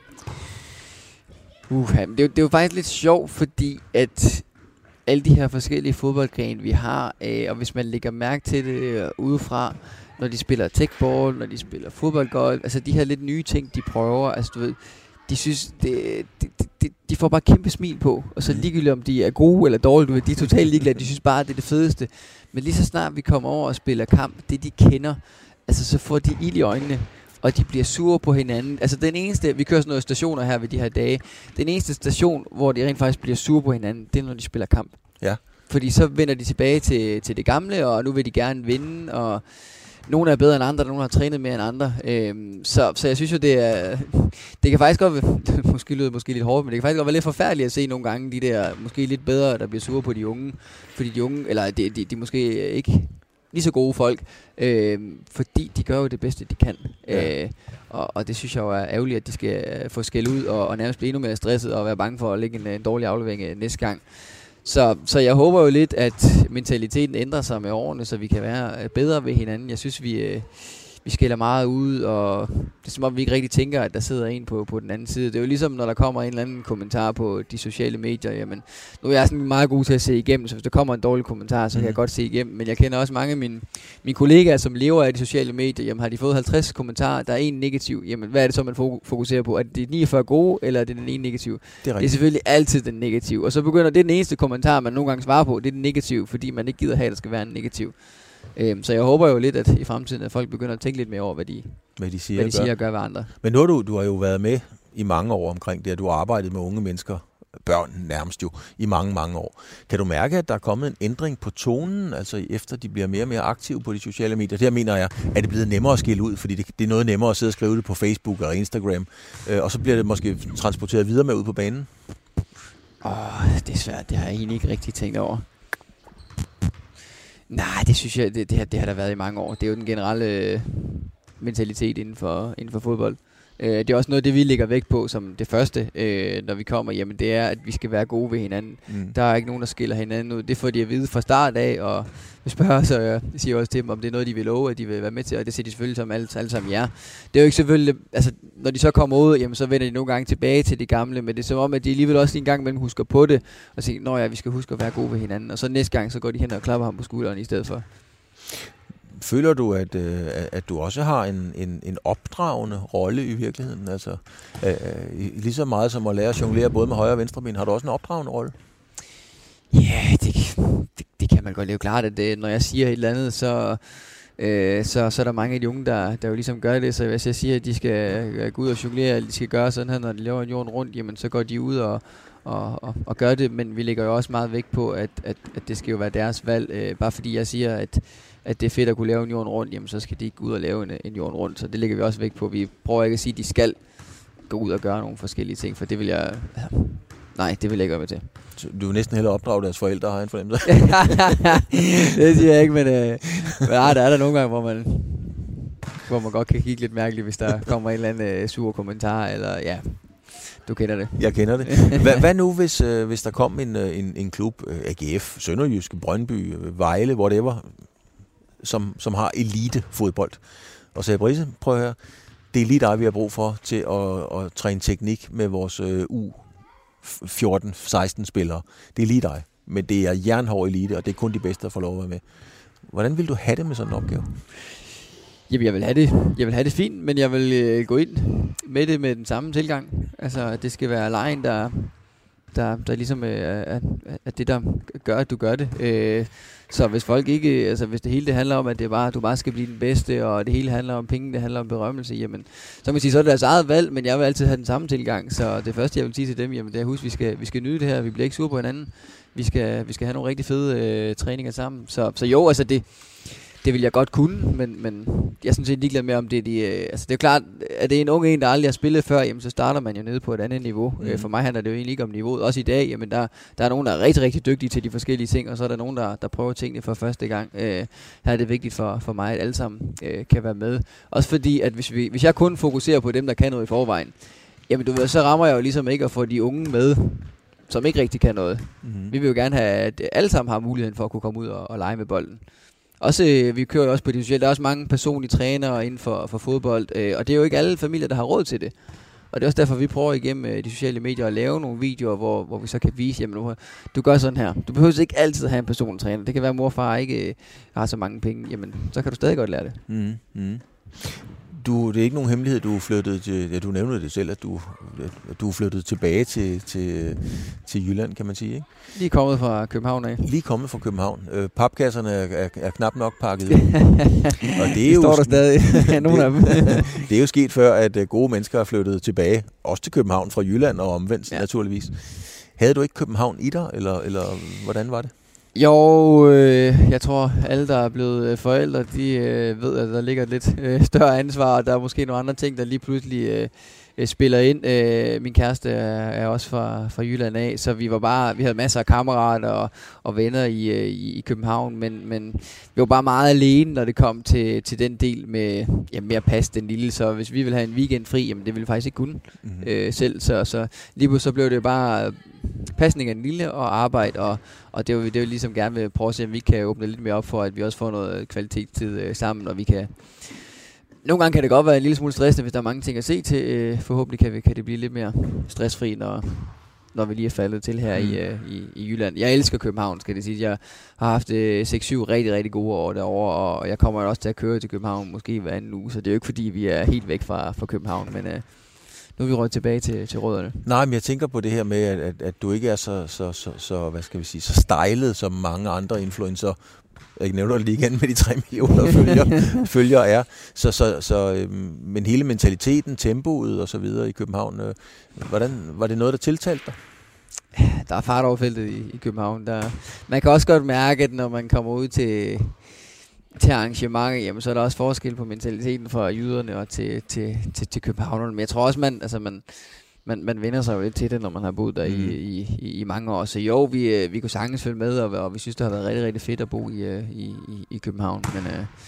Uh, det, er jo, det er jo faktisk lidt sjovt, fordi at alle de her forskellige fodboldgrene, vi har, øh, og hvis man lægger mærke til det øh, udefra, når de spiller techball, når de spiller fodboldgolf, altså de her lidt nye ting, de prøver, altså du ved, de synes, det, de, de, de får bare kæmpe smil på, og så ligegyldigt om de er gode eller dårlige, du ved, de er totalt ligeglade, de synes bare, det er det fedeste. Men lige så snart vi kommer over og spiller kamp, det de kender, altså så får de ild i øjnene, og de bliver sure på hinanden. Altså den eneste, vi kører sådan nogle stationer her ved de her dage, den eneste station, hvor de rent faktisk bliver sure på hinanden, det er når de spiller kamp. Ja. Fordi så vender de tilbage til, til det gamle, og nu vil de gerne vinde, og nogle er bedre end andre, og nogle har trænet mere end andre. Øhm, så, så jeg synes jo, det er, det kan faktisk godt, måske lyder måske lidt hårdt, men det kan faktisk godt være lidt forfærdeligt at se nogle gange de der, måske lidt bedre, der bliver sure på de unge, fordi de unge, eller de, de, de måske ikke lige så gode folk, øh, fordi de gør jo det bedste, de kan. Ja. Øh, og, og det synes jeg jo er ærgerligt, at de skal få skæld ud og, og nærmest blive endnu mere stresset og være bange for at lægge en, en dårlig aflevering næste gang. Så, så jeg håber jo lidt, at mentaliteten ændrer sig med årene, så vi kan være bedre ved hinanden. Jeg synes, vi, øh, vi skælder meget ud, og det er som om, vi ikke rigtig tænker, at der sidder en på, på den anden side. Det er jo ligesom, når der kommer en eller anden kommentar på de sociale medier. Jamen, nu er jeg sådan meget god til at se igennem, så hvis der kommer en dårlig kommentar, så kan mm. jeg godt se igennem. Men jeg kender også mange af mine, mine kollegaer, som lever af de sociale medier. Jamen, har de fået halvtreds kommentarer, der er en negativ. Jamen, hvad er det så, man fokuserer på? Er det de niogfyrre gode, eller er det den ene negativ? Det er, det er selvfølgelig altid den negativ. Og så begynder det den eneste kommentar, man nogle gange svarer på, det er den negativ, fordi man ikke gider have, at der skal være en negativ. Øhm, så jeg håber jo lidt, at i fremtiden, at folk begynder at tænke lidt mere over, hvad de, hvad de siger, hvad de siger og gør ved andre. Men nu har du, du har jo været med i mange år omkring det, at du har arbejdet med unge mennesker, børn nærmest jo, i mange, mange år. Kan du mærke, at der er kommet en ændring på tonen, altså efter de bliver mere og mere aktive på de sociale medier? Det her mener jeg, er det blevet nemmere at skille ud, fordi det, det er noget nemmere at sidde og skrive det på Facebook eller Instagram, øh, og så bliver det måske transporteret videre med ud på banen? Åh, oh, det er svært. Det har jeg egentlig ikke rigtig tænkt over. Nej, det synes jeg, det, det, har, det har der været i mange år. Det er jo den generelle øh, mentalitet inden for, inden for fodbold. Øh, det er også noget, det vi lægger vægt på som det første, øh, når vi kommer. Jamen det er, at vi skal være gode ved hinanden. Mm. Der er ikke nogen, der skiller hinanden ud. Det får de at vide fra start af, og vi spørger, så jeg siger også til dem, om det er noget, de vil love, at de vil være med til, og det siger de selvfølgelig som alle, alle sammen ja. Det er jo ikke selvfølgelig, altså når de så kommer ud, jamen så vender de nogle gange tilbage til det gamle, men det er som om, at de alligevel også en gang imellem husker på det, og siger, nå ja, vi skal huske at være gode ved hinanden, og så næste gang, så går de hen og klapper ham på skulderen i stedet for. Føler du, at, øh, at du også har en, en, en opdragende rolle i virkeligheden? Altså, øh, lige så meget som at lære at jonglere både med højre og venstre ben, har du også en opdragende rolle? Ja, yeah, det, det, det kan man godt leve klart, at det, når jeg siger et eller andet, så, øh, så, så er der mange af de unge, der, der jo ligesom gør det. Så hvis jeg siger, at de skal gå ud og jonglere, eller de skal gøre sådan her, når de laver jorden rundt, jamen så går de ud og, og, og, og gør det. Men vi lægger jo også meget vægt på, at, at, at det skal jo være deres valg. Øh, bare fordi jeg siger, at at det er fedt at kunne lave en jorden rundt, jamen så skal de ikke gå ud og lave en, en jorden rundt. Så det lægger vi også vægt på. Vi prøver ikke at sige, at de skal gå ud og gøre nogle forskellige ting, for det vil jeg... Altså, nej, det vil jeg ikke gøre med til. Så du vil næsten hellere opdrage deres forældre, har en fornemmelse? Det siger jeg ikke, men, øh, men ah, der er der nogle gange, hvor man, hvor man godt kan kigge lidt mærkeligt, hvis der kommer en eller anden øh, sur kommentar, eller ja... Du kender det. Jeg kender det. Hvad, hvad nu, hvis, øh, hvis der kom en, en, en klub, øh, A G F, Sønderjysk, Brøndby, Vejle, whatever, som, som har elite-fodbold, og sagde, Brise, prøv at høre, det er lige dig, vi har brug for til at, at træne teknik med vores øh, U fjorten seksten spillere. Det er lige dig, men det er jernhård elite, og det er kun de bedste, der får lov at være med. Hvordan vil du have det med sådan en opgave? Jamen, jeg vil have det, jeg vil have det fint, men jeg vil øh, gå ind med det med den samme tilgang. Altså, at det skal være lejen, der, der, der ligesom øh, er, er det, der gør, at du gør det. Øh, så hvis folk ikke, altså hvis det hele det handler om, at det bare, du bare skal blive den bedste, og det hele handler om penge, det handler om berømmelse, jamen, så kan man sige, så er det deres eget valg, men jeg vil altid have den samme tilgang. Så det første, jeg vil sige til dem, jamen, det er, husk, vi skal, vi skal nyde det her, vi bliver ikke sure på hinanden. Vi skal, vi skal have nogle rigtig fede øh, træninger sammen. Så, så jo, altså det... Det vil jeg godt kunne, men, men jeg er sådan set ligeglad med, om det er de... Øh, altså det er jo klart, at det er en ung en, der aldrig har spillet før, jamen så starter man jo nede på et andet niveau. Mm. Øh, for mig handler det jo egentlig ikke om niveauet. Også i dag, jamen der, der er nogen, der er rigtig, rigtig dygtige til de forskellige ting, og så er der nogen, der, der prøver tingene for første gang. Øh, her er det vigtigt for, for mig, at alle sammen øh, kan være med. Også fordi, at hvis, vi, hvis jeg kun fokuserer på dem, der kan noget i forvejen, jamen du ved, så rammer jeg jo ligesom ikke at få de unge med, som ikke rigtig kan noget. Mm. Vi vil jo gerne have, at alle sammen har muligheden for at kunne komme ud og, og lege med bolden. Også, øh, vi kører jo også på det sociale. Der er også mange personlige trænere inden for, for fodbold, øh, og det er jo ikke alle familier, der har råd til det. Og det er også derfor, vi prøver igennem øh, de sociale medier at lave nogle videoer, hvor, hvor vi så kan vise, jamen du, du gør sådan her. Du behøver ikke altid at have en personlig træner. Det kan være, at mor og far ikke øh, har så mange penge. Jamen, så kan du stadig godt lære det. Mm, mm. Du, det er ikke nogen hemmelighed, du flyttede til, ja, du nævnte det selv, at du, at du flyttede tilbage til, til, til Jylland, kan man sige, ikke? Lige kommet fra København af. Lige kommet fra København. Øh, papkasserne er, er, er knap nok pakket ud. Og det er de jo står der stadig, nogle af dem. Det er jo sket før, at uh, gode mennesker er flyttet tilbage, også til København fra Jylland og omvendt, ja. Naturligvis. Havde du ikke København i dig, eller, eller hvordan var det? Jo, øh, jeg tror, alle, der er blevet forældre, de øh, ved, at der ligger et lidt øh, større ansvar, og der er måske nogle andre ting, der lige pludselig øh, øh, spiller ind. Øh, min kæreste er, er også fra, fra Jylland af, så vi var bare, vi havde masser af kammerater og, og venner i, øh, i København, men, men vi var bare meget alene, når det kom til, til den del med ja, mere pas den lille. Så hvis vi ville have en weekend fri, jamen det ville vi faktisk ikke kunne mm-hmm. øh, selv. Så, så lige pludselig så blev det bare pasning af den lille og arbejde, og, og det er jo det er jo ligesom gerne vil prøve at se, om vi kan åbne lidt mere op for, at vi også får noget kvalitetstid øh, sammen, og vi kan... Nogle gange kan det godt være en lille smule stressende, hvis der er mange ting at se til. Øh, forhåbentlig kan, vi, kan det blive lidt mere stressfri, når, når vi lige er faldet til her mm. i, øh, i, i Jylland. Jeg elsker København, skal det sige. Jeg har haft øh, seks syv rigtig, rigtig gode år derovre, og jeg kommer også til at køre til København måske hver anden uge, så det er jo ikke fordi, vi er helt væk fra, fra København, men... Øh, Nu er vi rødt tilbage til, til rødderne. Nej, men jeg tænker på det her med, at, at, at du ikke er så, så, så, så, hvad skal vi sige, så stylet som mange andre influencer. Jeg nævner det lige igen med de tre millioner følgere, følgere er. Så, så, så, øhm, men hele mentaliteten, tempoet og så videre i København, øh, hvordan, var det noget, der tiltalte dig? Der er fart over feltet i, i København. Der, man kan også godt mærke, at når man kommer ud til... til arrangementer, jamen så er der også forskel på mentaliteten fra jyderne og til, til, til, til københavnerne. Men jeg tror også, man, altså man, man, man vender sig jo lidt til det, når man har boet der mm. i, i, i mange år. Så jo, vi, vi kunne sagtens følge med, og, og vi synes, det har været rigtig, rigtig fedt at bo i, i, i, i København. Men,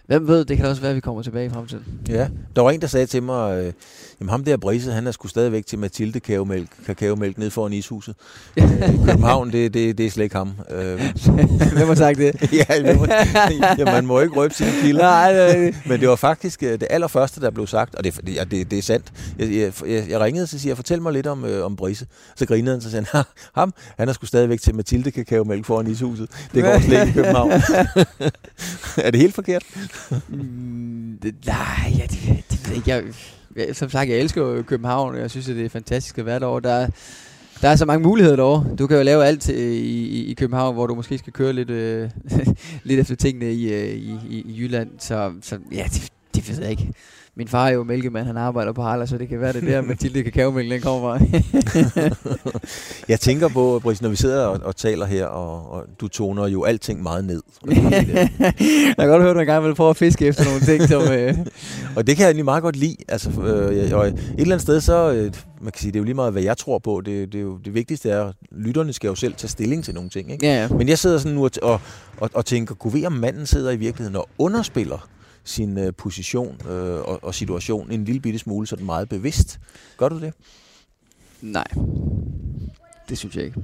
Hvem ved, det kan også være, at vi kommer tilbage i fremtiden. Ja, der var en, der sagde til mig, øh, jamen ham der Brise, han er sgu stadigvæk til Mathilde kakaomælk, kakaomælk ned foran ishuset. øh, København, det, det, det er slet ikke ham. Øh. Hvem har sagt det? ja, må, ja, man må ikke røbe sine kilder. Nej, nej, nej. Men det var faktisk det allerførste, der blev sagt, og det, ja, det, det er sandt. Jeg, jeg, jeg ringede og siger, fortæl mig lidt om, øh, om Brise. Så grinede han, så sagde han, ham, han er sgu stadigvæk til Mathilde kakaomælk foran ishuset. Det går slet ikke i København. Er det helt forkert? Mm, det, nej, ja, det, det ved jeg ikke. Jeg, som sagt, jeg elsker jo København, og jeg synes, at det er fantastisk at være derovre. Der er, der er så mange muligheder derovre. Du kan jo lave alt i, i, i København, hvor du måske skal køre lidt, øh, lidt efter tingene i, i, i, i Jylland. Så, så ja, det, det ved jeg ikke. Min far er jo mælkemand, han arbejder på Harler, så det kan være det der, Mathilde kakaomælk, den kommer fra. Jeg tænker på, Brise, når vi sidder og, og taler her, og, og du toner jo alting meget ned. Jeg kan godt høre, at du engang vil prøve at fiske efter nogle ting, som... Øh... Og det kan jeg egentlig meget godt lide. Altså, øh, og et eller andet sted, så... Øh, man kan sige, det er jo lige meget, hvad jeg tror på. Det, det, er jo, det vigtigste er, at lytterne skal jo selv tage stilling til nogle ting. Ikke? Ja, ja. Men jeg sidder sådan nu og, og, og, og tænker, kunne vi, om manden sidder i virkeligheden og underspiller sin øh, position øh, og, og situation en lille bitte smule, så den er meget bevidst. Gør du det? Nej. Det synes jeg ikke.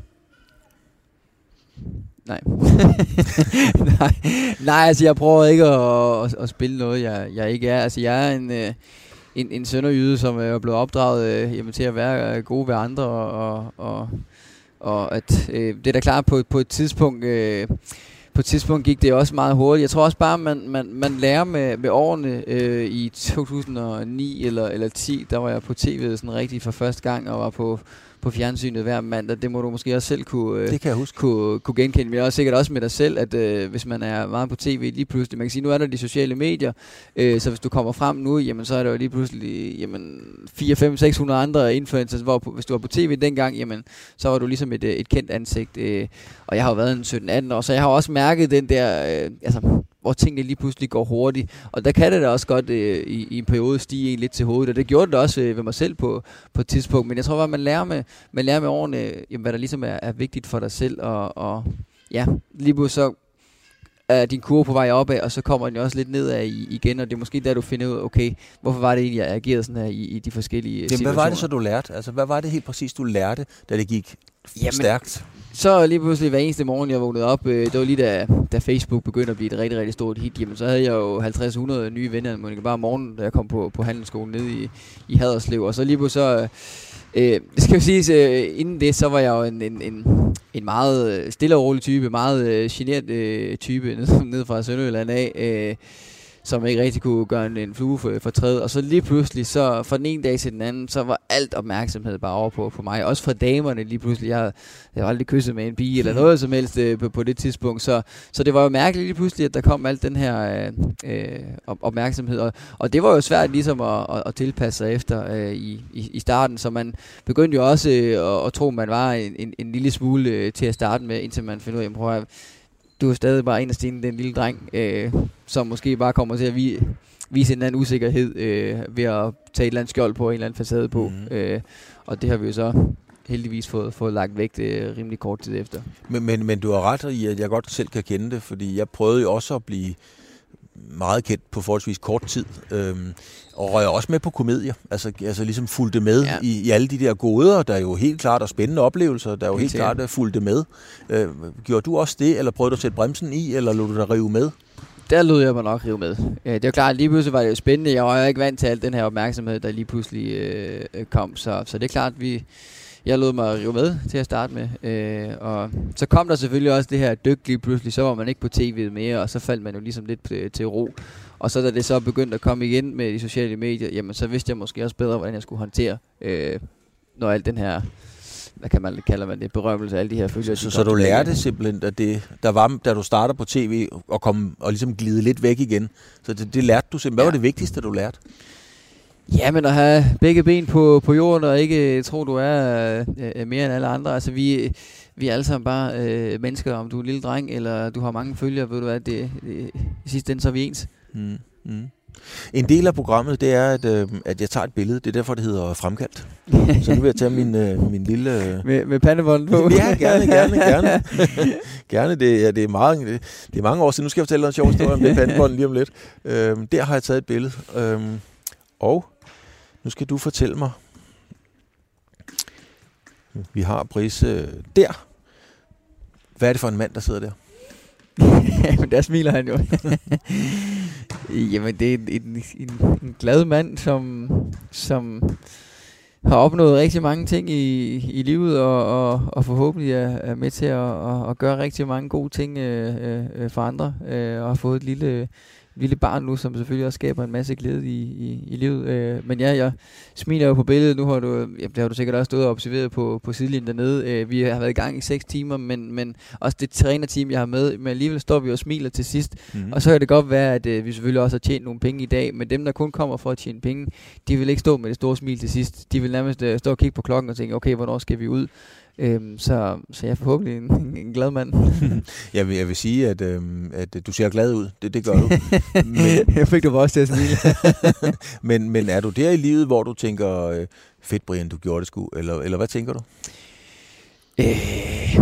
Nej. Nej. Nej, altså jeg prøver ikke at, at, at spille noget, jeg, jeg ikke er. Altså jeg er en, en, en sønderjyde, som er blevet opdraget øh, jamen, til at være gode ved andre, og, og, og at øh, det er da klart på, på et tidspunkt... Øh, På et tidspunkt gik det også meget hurtigt. Jeg tror også bare, man, man, man lærer med, med årene. Øh, I to tusind og ni eller, eller ti, der var jeg på tv'et sådan rigtig for første gang, og var på, på fjernsynet hver mandag. Det må du måske også selv kunne, øh, det kan jeg huske. kunne, kunne genkende. Men jeg er også sikkert også med dig selv, at øh, hvis man er meget på tv lige pludselig, man kan sige, nu er der de sociale medier, øh, så hvis du kommer frem nu, jamen så er der jo lige pludselig jamen, fire, fem, seks hundrede andre influencers, hvor på, hvis du var på tv dengang, jamen så var du ligesom et, et kendt ansigt. Øh, og jeg har jo været en sytten atten år, så jeg har også mærket den der, øh, altså hvor tingene lige pludselig går hurtigt. Og der kan det da også godt øh, i, i en periode stige en lidt til hovedet, og det gjorde det også øh, ved mig selv på, på et tidspunkt. Men jeg tror bare, man lærer med, man lærer med årene, jamen, hvad der ligesom er, er vigtigt for dig selv, og, og ja, lige pludselig så er din kurve på vej opad, og så kommer den jo også lidt nedad igen, og det er måske der, du finder ud af, okay, hvorfor var det egentlig, jeg agerede sådan her i, i de forskellige Jamen, situationer. Hvad var det så, du lærte? Altså, hvad var det helt præcis, du lærte, da det gik Jamen, stærkt? Så lige pludselig hver eneste morgen, jeg vågnede op, øh, det var lige da, da Facebook begyndte at blive et rigtig, rigtig stort hit, jamen så havde jeg jo halvtreds hundrede nye venner, måske bare om morgenen, da jeg kom på, på handelsskolen nede i, i Haderslev, og så lige pludselig så, øh, det skal jo siges, øh, inden det, så var jeg jo en, en, en, en meget stille og rolig type, meget øh, genert øh, type, nede, nede fra Sønderjylland af, øh, som ikke rigtig kunne gøre en, en flue for, for træet. Og så lige pludselig, så fra den ene dag til den anden, så var alt opmærksomhed bare over på, på mig. Også fra damerne lige pludselig. Jeg, jeg har aldrig kysset med en pige eller noget som helst øh, på, på det tidspunkt. Så, så det var jo mærkeligt lige pludselig, at der kom alt den her øh, op, opmærksomhed. Og, og det var jo svært ligesom at, at, at tilpasse sig efter øh, i, i, i starten. Så man begyndte jo også øh, at, at tro, at man var en, en, en lille smule øh, til at starte med, indtil man finder ud af, prøv at du er stadig bare en af stenen, den lille dreng, øh, som måske bare kommer til at vi, vise en eller anden usikkerhed øh, ved at tage et eller andet skjold på, en eller anden facade på. Mm. Øh, og det har vi jo så heldigvis fået, fået lagt væk det rimelig kort tid efter. Men, men, men du har ret i, at jeg godt selv kan kende det, fordi jeg prøvede jo også at blive meget kendt på forholdsvis kort tid, øhm, og røg også med på komedier, altså, altså ligesom fulgte med ja. i, i alle de der goder, der er jo helt klart og spændende oplevelser, der er jo helt, helt klart der fulgte med. Øh, gjorde du også det, eller prøvede du at sætte bremsen i, eller lod du dig rive med? Der lød jeg mig nok rive med. Øh, det var klart, at lige pludselig var det jo spændende, jeg var jo ikke vant til al den her opmærksomhed, der lige pludselig øh, kom, så, så det er klart, at vi jeg lod mig rive med til at starte med, øh, og så kom der selvfølgelig også det her dyk lige pludselig, så var man ikke på tv'et mere, og så faldt man jo ligesom lidt til, til ro. Og så da det så begyndte at komme igen med de sociale medier, jamen så vidste jeg måske også bedre, hvordan jeg skulle håndtere, øh, når alt den her, hvad kan man kalder man det, berømmelse af alle de her følelser. Så, så du lærte simpelthen, at det, der var, da du starter på tv, og kom og ligesom glide lidt væk igen, så det, det lærte du simpelthen. Hvad ja. var det vigtigste, du lærte? Ja, men at have begge ben på, på jorden, og ikke tro, du er øh, mere end alle andre. Altså, vi, vi er alle sammen bare øh, mennesker, om du er en lille dreng, eller du har mange følgere, ved du hvad, det, det, i sidste ende så er vi ens. Mm, mm. En del af programmet, det er, at, øh, at jeg tager et billede. Det er derfor, det hedder fremkaldt. Så nu vil jeg tage min, øh, min lille... Øh... Med, med pandebånd på? Ja, gerne, gerne, gerne. gerne, det, ja, det, er meget, det, det er mange år siden. Nu skal jeg fortælle dig en sjov historie om det pandebånd lige om lidt. Øh, der har jeg taget et billede. Øh, og nu skal du fortælle mig. Vi har Brice øh, der. Hvad er det for en mand, der sidder der? Jamen, der smiler han jo. Jamen, det er en, en, en, en glad mand, som, som har opnået rigtig mange ting i, i livet, og, og, og forhåbentlig er, er med til at, at, at gøre rigtig mange gode ting øh, øh, for andre, øh, og har fået et lille... lille barn nu, som selvfølgelig også skaber en masse glæde i, i, i livet. Øh, men ja, jeg smiler jo på billedet. Nu har du, ja, det har du sikkert også stået og observeret på, på sidelinjen dernede. Øh, vi har været i gang i seks timer, men, men også det trænerteam, jeg har med, men alligevel står vi og smiler til sidst. Mm-hmm. Og så kan det godt være, at øh, vi selvfølgelig også har tjent nogle penge i dag, men dem, der kun kommer for at tjene penge, de vil ikke stå med det store smil til sidst. De vil nærmest øh, stå og kigge på klokken og tænke, okay, hvornår skal vi ud? Øhm, så, så jeg er forhåbentlig en, en glad mand. jeg, vil, jeg vil sige, at, øhm, at du ser glad ud. Det, det gør du. Men, jeg fik du også til at smile. men, men er du der i livet, hvor du tænker, øh, fedt Brian, du gjorde det sgu? Eller, eller hvad tænker du? Øh,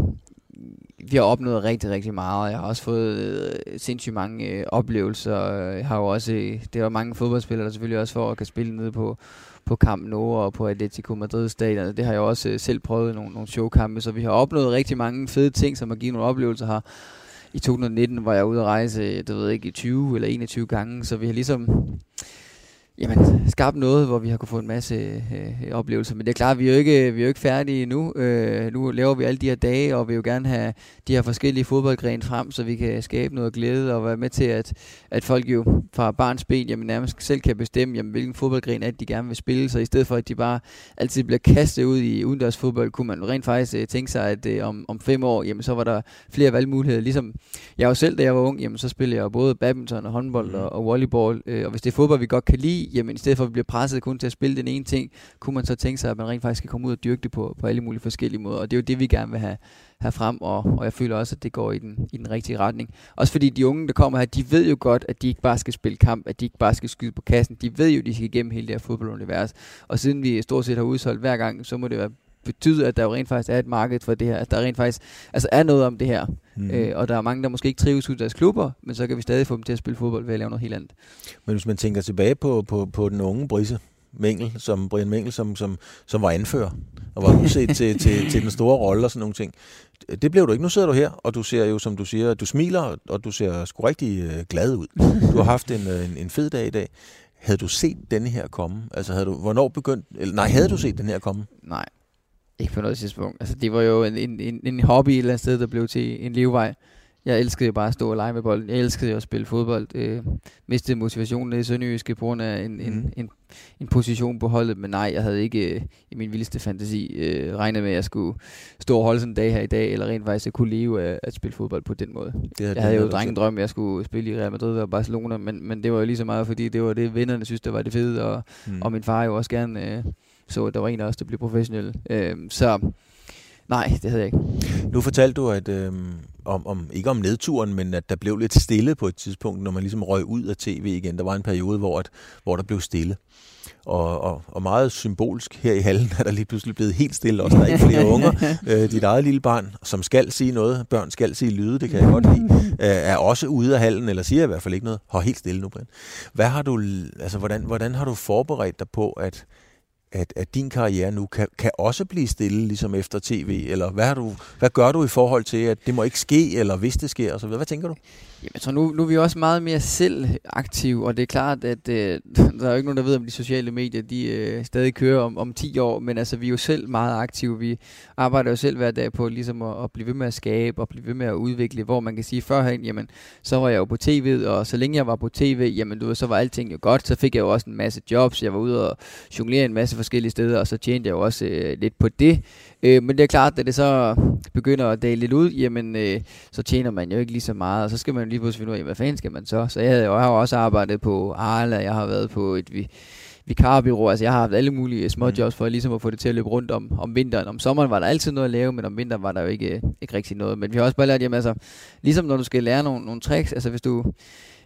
vi har opnået rigtig, rigtig meget. Jeg har også fået øh, sindssygt mange øh, oplevelser. Jeg har jo også, øh, det er jo mange fodboldspillere, der selvfølgelig også får at kan spille nede på på Camp Nou og på Atletico Madrid stadion. Det har jeg også øh, selv prøvet nogle, nogle showkampe, så vi har opnået rigtig mange fede ting, som har givet nogle oplevelser her. I to tusind nitten var jeg ude at rejse, det ved jeg ikke, tyve eller enogtyve gange, så vi har ligesom jamen, skabt noget, hvor vi har kunne få en masse øh, oplevelser. Men det er klart, vi er jo ikke, vi er jo ikke færdige nu. Øh, nu laver vi alle de her dage, og vi vil jo gerne have de her forskellige fodboldgrene frem, så vi kan skabe noget glæde og være med til, at, at folk jo fra barns ben jamen, nærmest selv kan bestemme, jamen, hvilken fodboldgren er det, de gerne vil spille. Så i stedet for, at de bare altid bliver kastet ud i udendørs fodbold, kunne man rent faktisk øh, tænke sig, at øh, om, om fem år, jamen, så var der flere valgmuligheder. Ligesom jeg jo selv, da jeg var ung, jamen, så spillede jeg både badminton og håndbold og, og volleyball. Øh, og hvis det er fodbold, vi godt kan lide, jamen i stedet for at vi bliver presset kun til at spille den ene ting, kunne man så tænke sig, at man rent faktisk skal komme ud og dyrke det på, på alle mulige forskellige måder. Og det er jo det, vi gerne vil have, have frem, og, og jeg føler også, at det går i den, i den rigtige retning. Også fordi de unge, der kommer her, de ved jo godt, at de ikke bare skal spille kamp, at de ikke bare skal skyde på kassen. De ved jo, at de skal igennem hele det her fodboldunivers. Og siden vi stort set har udsolgt hver gang, så må det være betyde, at der jo rent faktisk er et marked for det her, at der rent faktisk altså er noget om det her. Mm. Øh, og der er mange, der måske ikke trives ud af deres klubber, men så kan vi stadig få dem til at spille fodbold ved at lave noget helt andet. Men hvis man tænker tilbage på, på, på den unge Brice Mengel, som Brian Mengel, som, som, som var anfører, og var udset til, til, til den store rolle og sådan nogle ting. Det blev du ikke. Nu sidder du her, og du ser jo, som du siger, du smiler, og du ser sgu rigtig øh, glad ud. Du har haft en, en, en fed dag i dag. Havde du set denne her komme? Altså, havde du, hvornår begyndt, eller nej, havde du set den her komme? Nej. Ikke på noget tidspunkt. Altså, det var jo en, en, en, en hobby et eller andet sted, der blev til en levevej. Jeg elskede jo bare at stå og lege med bolden. Jeg elskede jo at spille fodbold. Øh, mistede motivationen i Sønderjyske på grund af en, mm. en, en, en position på holdet. Men nej, jeg havde ikke øh, i min vildeste fantasi øh, regnet med, at jeg skulle stå og holde sådan en dag her i dag, eller rent faktisk at kunne leve af at spille fodbold på den måde. Det jeg havde jo drengedrøm, at jeg skulle spille i Real Madrid og Barcelona, men, men det var jo lige så meget, fordi det var det, vennerne synes, der var det fede, og, mm. og min far jo også gerne øh, så, at der var en af os, der blev professionel. Øh, så nej, det havde jeg ikke. Nu fortalte du, at øh, om, om, ikke om nedturen, men at der blev lidt stille på et tidspunkt, når man ligesom røg ud af tv igen. Der var en periode, hvor, at, hvor der blev stille. Og, og, og meget symbolsk her i hallen er der lige pludselig blevet helt stille. Også der er ikke flere unger. Øh, dit eget lille barn, som skal sige noget, børn skal sige lyde, det kan jeg godt lide, øh, er også ude af hallen, eller siger i hvert fald ikke noget. Hold helt stille nu, Brian. Hvad har du, altså, hvordan, hvordan har du forberedt dig på, at At, at din karriere nu kan, kan også blive stille, ligesom efter tv? Eller hvad, har du, hvad gør du i forhold til, at det må ikke ske, eller hvis det sker, og så videre? Hvad tænker du? Jamen, så nu, nu er vi også meget mere selv aktive, og det er klart, at øh, der er jo ikke nogen, der ved, om de sociale medier, de øh, stadig kører om, om ti år, men altså, vi er jo selv meget aktive. Vi arbejder jo selv hver dag på ligesom at, at blive ved med at skabe, og blive ved med at udvikle, hvor man kan sige, førhen, jamen, så var jeg jo på tv'et, og så længe jeg var på tv, jamen, du ved, så var alting jo godt, så fik jeg jo også en masse jobs, jeg var ude og jonglere en masse forskellige steder, og så tjente jeg jo også øh, lidt på det. Øh, men det er klart, at det så begynder at dale lidt ud, jamen, øh, så tjener man jo ikke lige så meget, og så skal man lige pludselig finde ud af, hvad fanden skal man så? Så jeg, havde, jeg har jo også arbejdet på Arla, jeg har været på et vi, vikarbyrå, altså jeg har haft alle mulige små jobs for ligesom at få det til at løbe rundt om, om vinteren. Om sommeren var der altid noget at lave, men om vinteren var der jo ikke, ikke rigtig noget. Men vi har også bare lært, jamen altså, ligesom når du skal lære nogle, nogle tricks, altså hvis du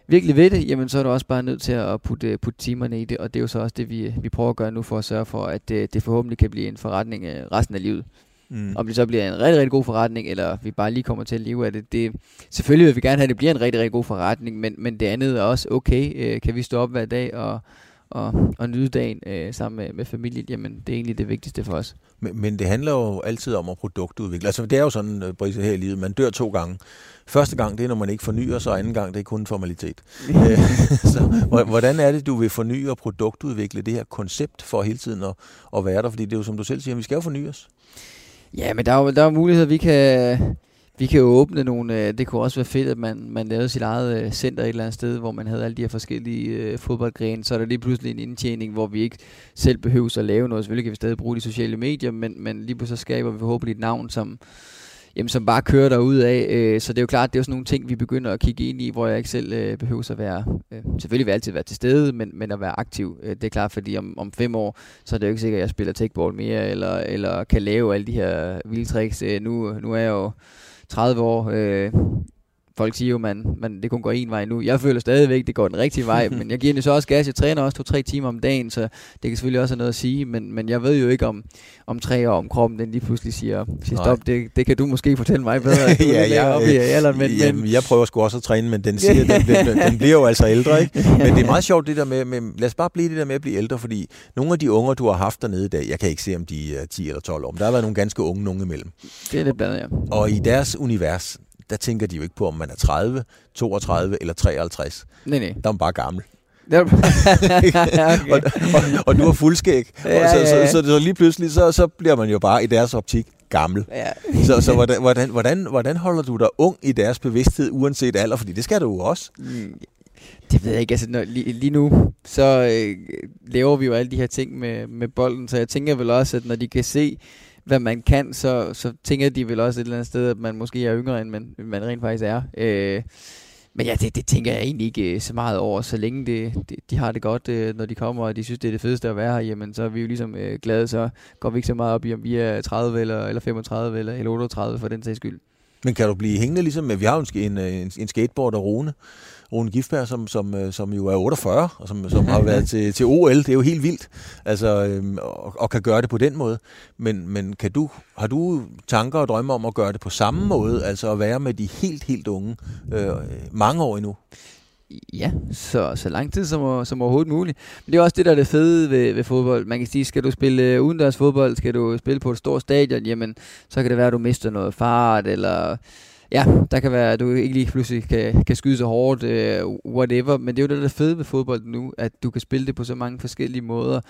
virkelig ved det, jamen så er du også bare nødt til at putte, putte timerne i det, og det er jo så også det, vi, vi prøver at gøre nu for at sørge for, at det, det forhåbentlig kan blive en forretning øh, resten af livet. Mm. Om det så bliver en rigtig, rigtig god forretning, eller vi bare lige kommer til at leve af det, det selvfølgelig vil vi gerne have, at det bliver en rigtig, rigtig god forretning, men, men det andet er også okay. Øh, kan vi stå op hver dag og, og, og nyde dagen øh, sammen med, med familien, jamen det er egentlig det vigtigste for os. Men, men det handler jo altid om at produktudvikle. Altså det er jo sådan, Brice, her i livet, man dør to gange. Første gang, det er, når man ikke fornyer, så anden gang, det er kun en formalitet. Så hvordan er det, du vil forny og produktudvikle det her koncept for hele tiden at, at være der? Fordi det er jo, som du selv siger, vi skal jo forny os. Ja, men der er jo, der er muligheder, vi kan... Vi kan jo åbne nogle, det kunne også være fedt, at man, man lavede sit eget øh, center et eller andet sted, hvor man havde alle de her forskellige øh, fodboldgrene. Så er der lige pludselig en indtjening, hvor vi ikke selv behøver at lave noget. Selvfølgelig kan vi stadig bruge de sociale medier, men, men lige pludselig så skaber vi forhåbentlig et navn, som, jamen, som bare kører derud af. Øh, så det er jo klart, det er jo sådan nogle ting, vi begynder at kigge ind i, hvor jeg ikke selv øh, behøver at være... Øh, selvfølgelig vil jeg altid være til stede, men, men at være aktiv. Øh, det er klart, fordi om, om fem år, så er det jo ikke sikkert, at jeg spiller techball mere, eller, eller kan lave alle de her vilde tricks. Øh, nu, nu er jeg jo tredive år. Øh, folk siger jo, man, man det kun går en vej nu. Jeg føler stadigvæk, det går den rigtige vej, men jeg giver det så også gas. Jeg træner også to-tre timer om dagen, så det kan selvfølgelig også have noget at sige, men, men jeg ved jo ikke om, om tre år, om kroppen den lige pludselig siger, siger stop. Det, det kan du måske fortælle mig bedre. ja, jeg, op i alder, men, jamen, men jeg prøver sgu også at træne, men den siger, den, den, den bliver jo altså ældre, ikke? Men det er meget sjovt det der med, med, lad os bare blive det der med at blive ældre, fordi nogle af de unger, du har haft dernede i dag, jeg kan ikke se, om de er ti eller tolv år, men der har været nogle ganske unge nogen imellem. Det er lidt blandet, ja. Og i deres univers, der tænker de jo ikke på, om man er tredive, toogtredive eller treoghalvtreds. Nej, nej. Der er man bare gammel. okay. og, og, og du har fuldskæg. Ja, og så, ja, ja. Så, så, så lige pludselig, så, så bliver man jo bare i deres optik gammel. Ja. så så hvordan, hvordan, hvordan, hvordan holder du dig ung i deres bevidsthed, uanset alder? Fordi det skal du jo også. Mm. Det ved jeg ikke. Altså, når, lige, lige nu, så øh, laver vi jo alle de her ting med, med bolden, så jeg tænker vel også, at når de kan se, hvad man kan, så, så tænker de vel også et eller andet sted, at man måske er yngre, end man, man rent faktisk er. Øh, men ja, det, det tænker jeg egentlig ikke så meget over, så længe det, det, de har det godt, øh, når de kommer, og de synes, det er det fedeste at være her, jamen så er vi jo ligesom øh, glade, så går vi ikke så meget op i, om vi er tredive eller, eller femogtredive eller, eller otteogtredive for den sags skyld. Men kan du blive hængende ligesom med, vi har jo en, en, en skateboarder, Rune, Rune Giftberg, som, som, som jo er otteogfyrre, og som, som har været til, til O L. Det er jo helt vildt, altså, øhm, og, og kan gøre det på den måde. Men, men kan du, har du tanker og drømme om at gøre det på samme måde, altså at være med de helt, helt unge øh, mange år endnu? Ja, så, så lang tid som, som overhovedet muligt. Men det er også det, der er det fede ved, ved fodbold. Man kan sige, skal du spille udendørs fodbold, skal du spille på et stort stadion, jamen, så kan det være, at du mister noget fart, eller ja, der kan være, at du ikke lige pludselig kan, kan skyde så hårdt, uh, whatever. Men det er jo det, der er fede ved fodbold nu, at du kan spille det på så mange forskellige måder.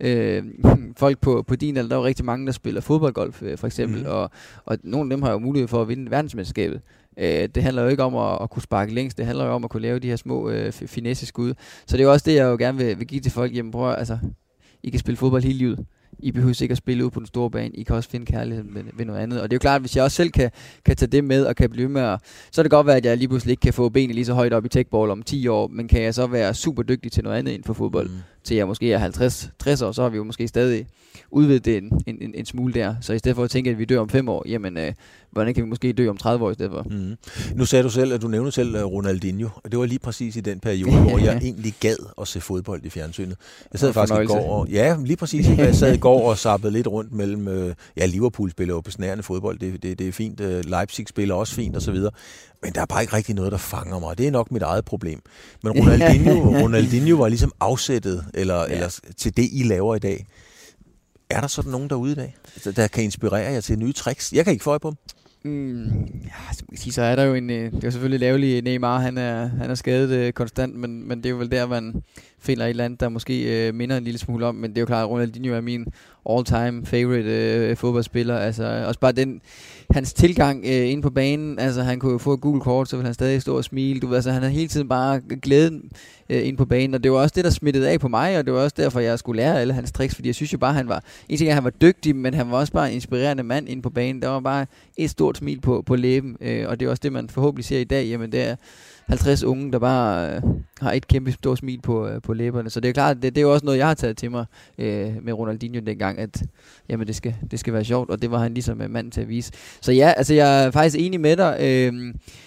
Uh, folk på, på din alder, der er jo rigtig mange, der spiller fodboldgolf, for eksempel, mm. og, og nogle af dem har jo mulighed for at vinde verdensmesterskabet. Uh, det handler jo ikke om at, at kunne sparke længst, det handler jo om at kunne lave de her små uh, finesse-skud. Så det er jo også det, jeg jo gerne vil, vil give til folk. Jamen prøv, altså, I kan spille fodbold hele livet. I behøver ikke at spille ud på den store bane. I kan også finde kærligheden ved, ved noget andet. Og det er jo klart, at hvis jeg også selv kan, kan tage det med og kan blive med, at, så er det godt være, at jeg lige pludselig ikke kan få benene lige så højt op i techball om ti år, men kan jeg så være super dygtig til noget andet inden for fodbold, mm. til jeg måske er halvtreds tres år, så har vi jo måske stadig udvidet en, en, en, en smule der. Så i stedet for at tænke, at vi dør om fem år, jamen, øh, hvordan kan vi måske dø om tredive år i stedet for? Mm. Nu sagde du selv, at du nævnte selv Ronaldinho, og det var lige præcis i den periode, hvor jeg egentlig gad at se fodbold i fjernsynet. Jeg sad faktisk i går og, ja, lige præcis, jeg sad i går og zappede lidt rundt mellem, øh, ja, Liverpool spiller jo besnærende fodbold, det, det, det er fint, Leipzig spiller også fint og så videre. Men der er bare ikke rigtig noget, der fanger mig. Det er nok mit eget problem. Men Ronaldinho, Ronaldinho var ligesom afsættet eller, ja. eller til det, I laver i dag. Er der sådan nogen derude i dag, der kan inspirere jer til nye tricks? Jeg kan ikke få øje på dem. Mm, ja, så, sige, så er der jo en, det er selvfølgelig lavelig Neymar, han er, han er skadet øh, konstant, men, men det er jo vel der, man finder et eller andet, der måske øh, minder en lille smule om, men det er jo klart, at Ronaldinho er min all-time favorite øh, fodboldspiller, altså også bare den, hans tilgang øh, inde på banen, altså han kunne jo få et gult kort, så vil han stadig stå og smile, du ved, altså han har hele tiden bare glæden øh, inde på banen, og det var også det, der smittede af på mig, og det var også derfor, jeg skulle lære alle hans tricks, fordi jeg synes jo bare, han var, en ting er, han var dygtig, men han var også bare en inspirerende mand inde på banen, der var bare et stort smil på, på læben, øh, og det er også det, man forhåbentlig ser i dag, jamen det er halvtreds unge, der bare øh, har et kæmpe stort smil på, øh, på læberne. Så det er klart, det, det er jo også noget, jeg har taget til mig øh, med Ronaldinho dengang, at jamen, det, skal, det skal være sjovt, og det var han ligesom øh, manden til at vise. Så ja, altså jeg er faktisk enig med dig. Øh,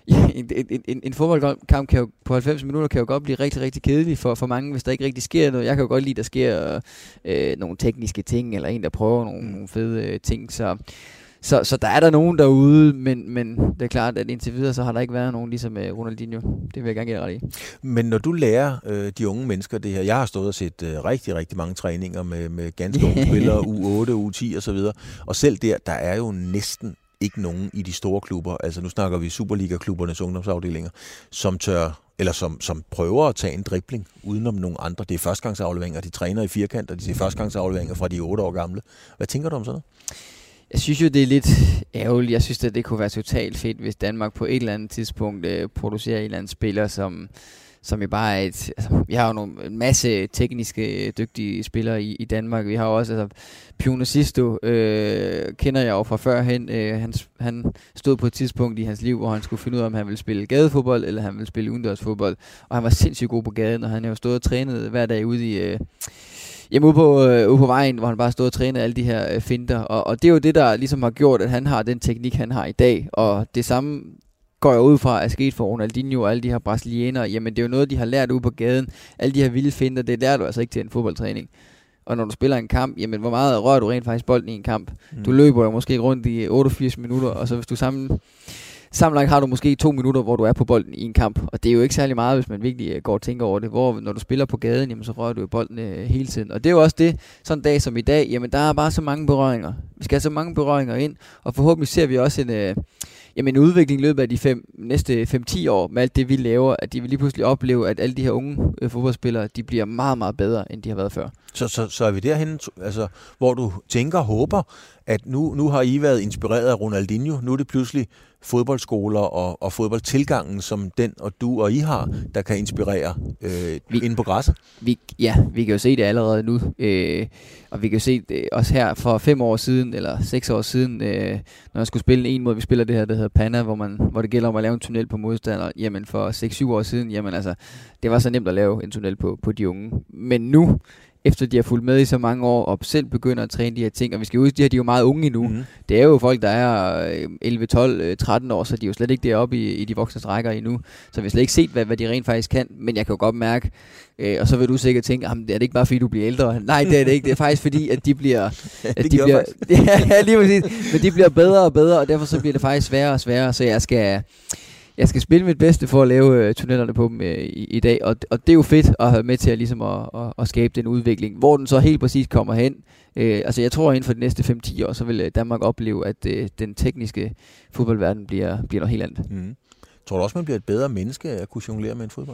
en, en, en, en fodboldkamp kan jo, på halvfems minutter kan jo godt blive rigtig, rigtig kedelig for, for mange, hvis der ikke rigtig sker noget. Jeg kan jo godt lide, at der sker øh, nogle tekniske ting, eller en, der prøver nogle, mm. nogle fede øh, ting, så... Så, så der er der nogen derude, men, men det er klart, at indtil videre, så har der ikke været nogen ligesom uh, Ronaldinho. Det vil jeg gerne give dig ret i. Men når du lærer øh, de unge mennesker det her, jeg har stået og set øh, rigtig, rigtig mange træninger med, med ganske unge spillere, U otte, U ti og så videre, og selv der, der er jo næsten ikke nogen i de store klubber, altså nu snakker vi Superliga-klubbernes ungdomsafdelinger, som tør, eller som, som prøver at tage en dribling udenom nogle andre. Det er førstegangsafleveringer, de træner i firkanter, de ser førstegangsafleveringer fra de otte år gamle. Hvad tænker du om sådan noget? Jeg synes jo, det er lidt ærgerligt. Jeg synes, at det kunne være totalt fedt, hvis Danmark på et eller andet tidspunkt øh, producerer en eller anden spiller, som, som jo bare er et... Altså, vi har jo nogle, en masse tekniske, dygtige spillere i, i Danmark. Vi har jo også... Altså, Pione Sisto øh, kender jeg jo fra førhen. Øh, han, han stod på et tidspunkt i hans liv, hvor han skulle finde ud af, om han ville spille gadefodbold, eller han ville spille udendørsfodbold. Og han var sindssygt god på gaden, og han har jo stået og trænet hver dag ude i... Øh, Hjemme ude på, øh, ude på vejen, hvor han bare stod og trænede alle de her øh, finter. Og, og det er jo det, der ligesom har gjort, at han har den teknik, han har i dag. Og det samme går jeg ud fra at sket for Ronaldinho og alle de her brasilianere. Jamen det er jo noget, de har lært ude på gaden. Alle de her vilde finter, det lærer du altså ikke til en fodboldtræning. Og når du spiller en kamp, jamen hvor meget rører du rent faktisk bolden i en kamp? Mm. Du løber jo måske rundt i otteogfirs minutter, og så hvis du sammen... Sammenlagt har du måske to minutter, hvor du er på bolden i en kamp, og det er jo ikke særlig meget, hvis man virkelig går og tænker over det. Hvor når du spiller på gaden, jamen, så rører du jo bolden øh, hele tiden. Og det er jo også det, sådan en dag som i dag, jamen der er bare så mange berøringer. Vi skal have så mange berøringer ind, og forhåbentlig ser vi også en, øh, jamen, en udvikling i løbet af de fem, næste fem til ti år med alt det, vi laver, at de vil lige pludselig opleve, at alle de her unge øh, fodboldspillere, de bliver meget, meget bedre, end de har været før. Så, så, så er vi derhen, altså, hvor du tænker og håber, at nu, nu har I været inspireret af Ronaldinho, nu er det pludselig fodboldskoler og, og fodboldtilgangen, som den og du og I har, der kan inspirere øh, vi, inde på græsset? Vi, ja, vi kan jo se det allerede nu, øh, og vi kan jo se det også her for fem år siden, eller seks år siden, øh, når jeg skulle spille en mod, vi spiller det her, der hedder Panna, hvor, man, hvor det gælder om at lave en tunnel på modstander, jamen for seks syv år siden, jamen altså, det var så nemt at lave en tunnel på, på de unge. Men nu, efter de har fulgt med i så mange år, og selv begynder at træne de her ting, og vi skal huske, de her, de er jo meget unge endnu. Mm. Det er jo folk, der er elleve, tolv, tretten år, så de er jo slet ikke deroppe i, i de voksne rækker endnu. Så vi har slet ikke set, hvad, hvad de rent faktisk kan, men jeg kan jo godt mærke, øh, og så vil du sikkert tænke, er det ikke bare fordi, du bliver ældre? Nej, det er det ikke. Det er faktisk fordi, at de bliver... At det de bliver ja, lige præcis. Men de bliver bedre og bedre, og derfor så bliver det faktisk sværere og sværere, så jeg skal... Jeg skal spille mit bedste for at lave øh, tunnelerne på dem øh, i, i dag, og, og det er jo fedt at have med til at, ligesom at, at, at skabe den udvikling. Hvor den så helt præcis kommer hen. Øh, altså jeg tror, at inden for de næste fem til ti år, så vil Danmark opleve, at øh, den tekniske fodboldverden bliver, bliver noget helt andet. Mm. Tror du også, man bliver et bedre menneske af at kunne jonglere med en fodbold?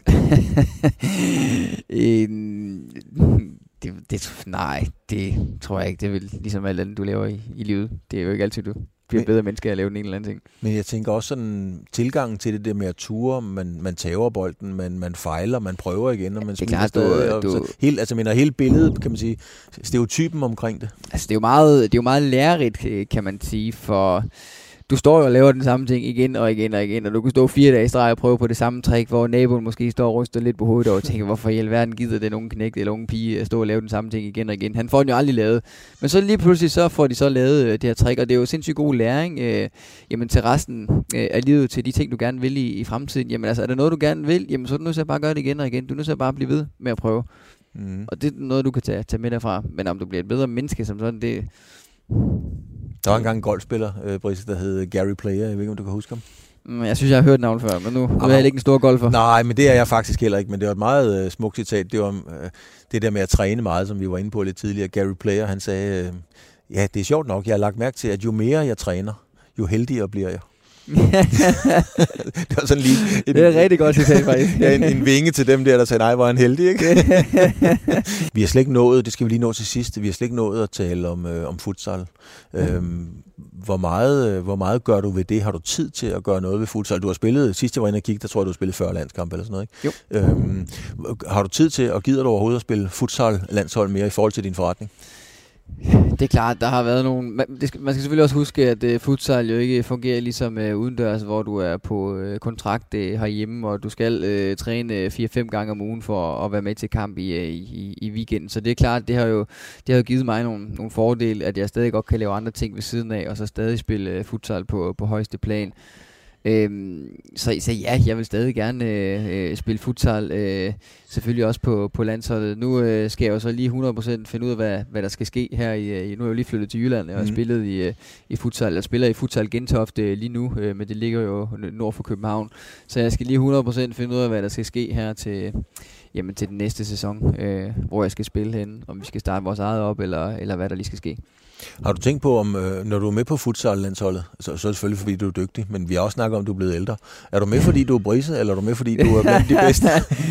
øh, det, det, nej, det tror jeg ikke. Det er vel ligesom alt andet, du laver i, i livet. Det er jo ikke altid, du bliver bedre menneske at lave den ene eller anden ting. Men jeg tænker også sådan tilgangen til det der med at ture, man, man tager bolden, man, man fejler, man prøver igen, og man spiller stadig. Du, du... Helt, altså mener hele billedet, kan man sige, stereotypen omkring det. Altså det er jo meget, det er jo meget lærerigt, kan man sige, for du står jo og laver den samme ting igen og igen og igen, og du kan stå fire dage i streg og prøve på det samme trick, hvor naboen måske står og ryster lidt på hovedet og tænker, hvorfor i alverden gider den unge knægt eller unge pige at stå og lave den samme ting igen og igen. Han får den jo aldrig lavet. Men så lige pludselig så får de så lavet øh, det her trick, og det er jo sindssygt god læring øh, jamen til resten øh, af livet, til de ting, du gerne vil i, i fremtiden. Jamen altså, er der noget, du gerne vil, jamen så er du nødt til at bare gøre det igen og igen. Du er nødt til at bare blive ved med at prøve. Mm. Og det er noget, du kan tage, tage med derfra. Men om du bliver et bedre menneske som sådan, det... Der var engang en golfspiller, øh, Brice, der hed Gary Player. Jeg ved ikke, om du kan huske ham. Jeg synes, jeg har hørt navnet før, men nu, nu er jeg ikke en stor golfer. Nej, men det er jeg faktisk heller ikke, men det var et meget øh, smukt citat. Det var øh, det der med at træne meget, som vi var inde på lidt tidligere. Gary Player, han sagde, øh, ja, det er sjovt nok, jeg har lagt mærke til, at jo mere jeg træner, jo heldigere bliver jeg. Det var sådan lige en, det er rigtig godt citat faktisk. Ja, en, en vinge til dem der, der sagde, nej, hvor er han heldig, ikke? Vi har slet ikke nået, det skal vi lige nå til sidst, vi har slet ikke nået at tale om, øh, om futsal. Mm. Øhm, hvor, meget, hvor meget gør du ved det? Har du tid til at gøre noget ved futsal? Du har spillet, sidst jeg var inde og kigge, der tror jeg, du har spillet fyrre landskampe eller sådan noget, ikke? Jo. Øhm, har du tid til, og gider du overhovedet at spille futsal-landshold mere i forhold til din forretning? Det er klart, der har været nogle... Man, det skal, man skal selvfølgelig også huske, at uh, futsal jo ikke fungerer ligesom uh, udendørs, hvor du er på uh, kontrakt uh, herhjemme, og du skal uh, træne fire fem gange om ugen for at være med til kamp i, uh, i, i weekenden. Så det er klart, det har jo, det har jo givet mig nogle, nogle fordele, at jeg stadig godt kan lave andre ting ved siden af, og så stadig spille uh, futsal på, på højeste plan. Øhm, så, så ja, jeg vil stadig gerne øh, spille futsal, øh, selvfølgelig også på, på landsholdet. Nu øh, skal jeg jo så lige hundrede procent finde ud af, hvad, hvad der skal ske her. I, nu er jeg jo lige flyttet til Jylland, og har mm. spillet i, i futsal. Jeg spiller i futsal Gentofte lige nu, øh, men det ligger jo nord for København. Så jeg skal lige hundrede procent finde ud af, hvad der skal ske her til, jamen, til den næste sæson, øh, hvor jeg skal spille henne. Om vi skal starte vores eget op, eller, eller hvad der lige skal ske. Har du tænkt på, om øh, når du er med på futsal-landsholdet, så, så er det selvfølgelig fordi, du er dygtig, men vi har også snakket om, at du er blevet ældre. Er du med, fordi du er Brise, eller er du med, fordi du er blandt de bedste?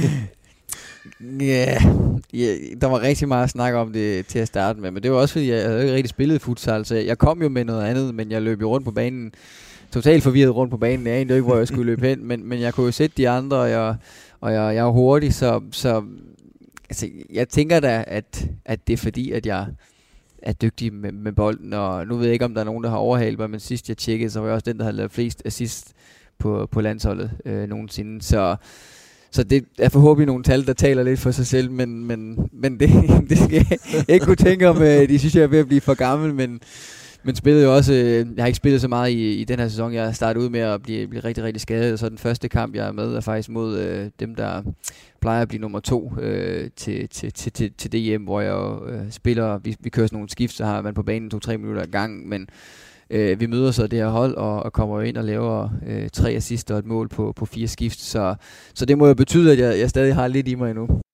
Ja, yeah, der var rigtig meget at snakke om det til at starte med, men det var også fordi, jeg havde ikke rigtig spillet futsal, så jeg kom jo med noget andet, men jeg løb jo rundt på banen, totalt forvirret rundt på banen. Jeg anede ikke, hvor jeg skulle løbe hen, men, men jeg kunne jo sætte de andre, og jeg, og jeg, jeg er hurtig, så, så altså, jeg tænker da, at, at det er fordi, at jeg er dygtig med, med bolden, og nu ved jeg ikke, om der er nogen, der har overhalet mig, men sidst jeg tjekkede, så var jeg også den, der havde lavet flest assist på, på landsholdet øh, nogensinde, så Så det er forhåbentlig nogle tal, der taler lidt for sig selv, men, men, men det, det skal jeg ikke kunne tænke om. De synes, jeg er ved at blive for gammel, men, men spillede jo også. Jeg har ikke spillet så meget i, i den her sæson. Jeg startede ud med at blive, blive rigtig, rigtig skadet, og så den første kamp, jeg er med, er faktisk mod øh, dem, der plejer at blive nummer to øh, til, til, til, til, til D M, hvor jeg jo, øh, spiller. Vi, vi kører sådan nogle skift, så har man på banen to-tre minutter ad gang, men Øh, vi møder så det her hold og, og kommer ind og laver øh, tre assist og et mål på, på fire skift, så, så det må jo betyde, at jeg, jeg stadig har lidt i mig endnu.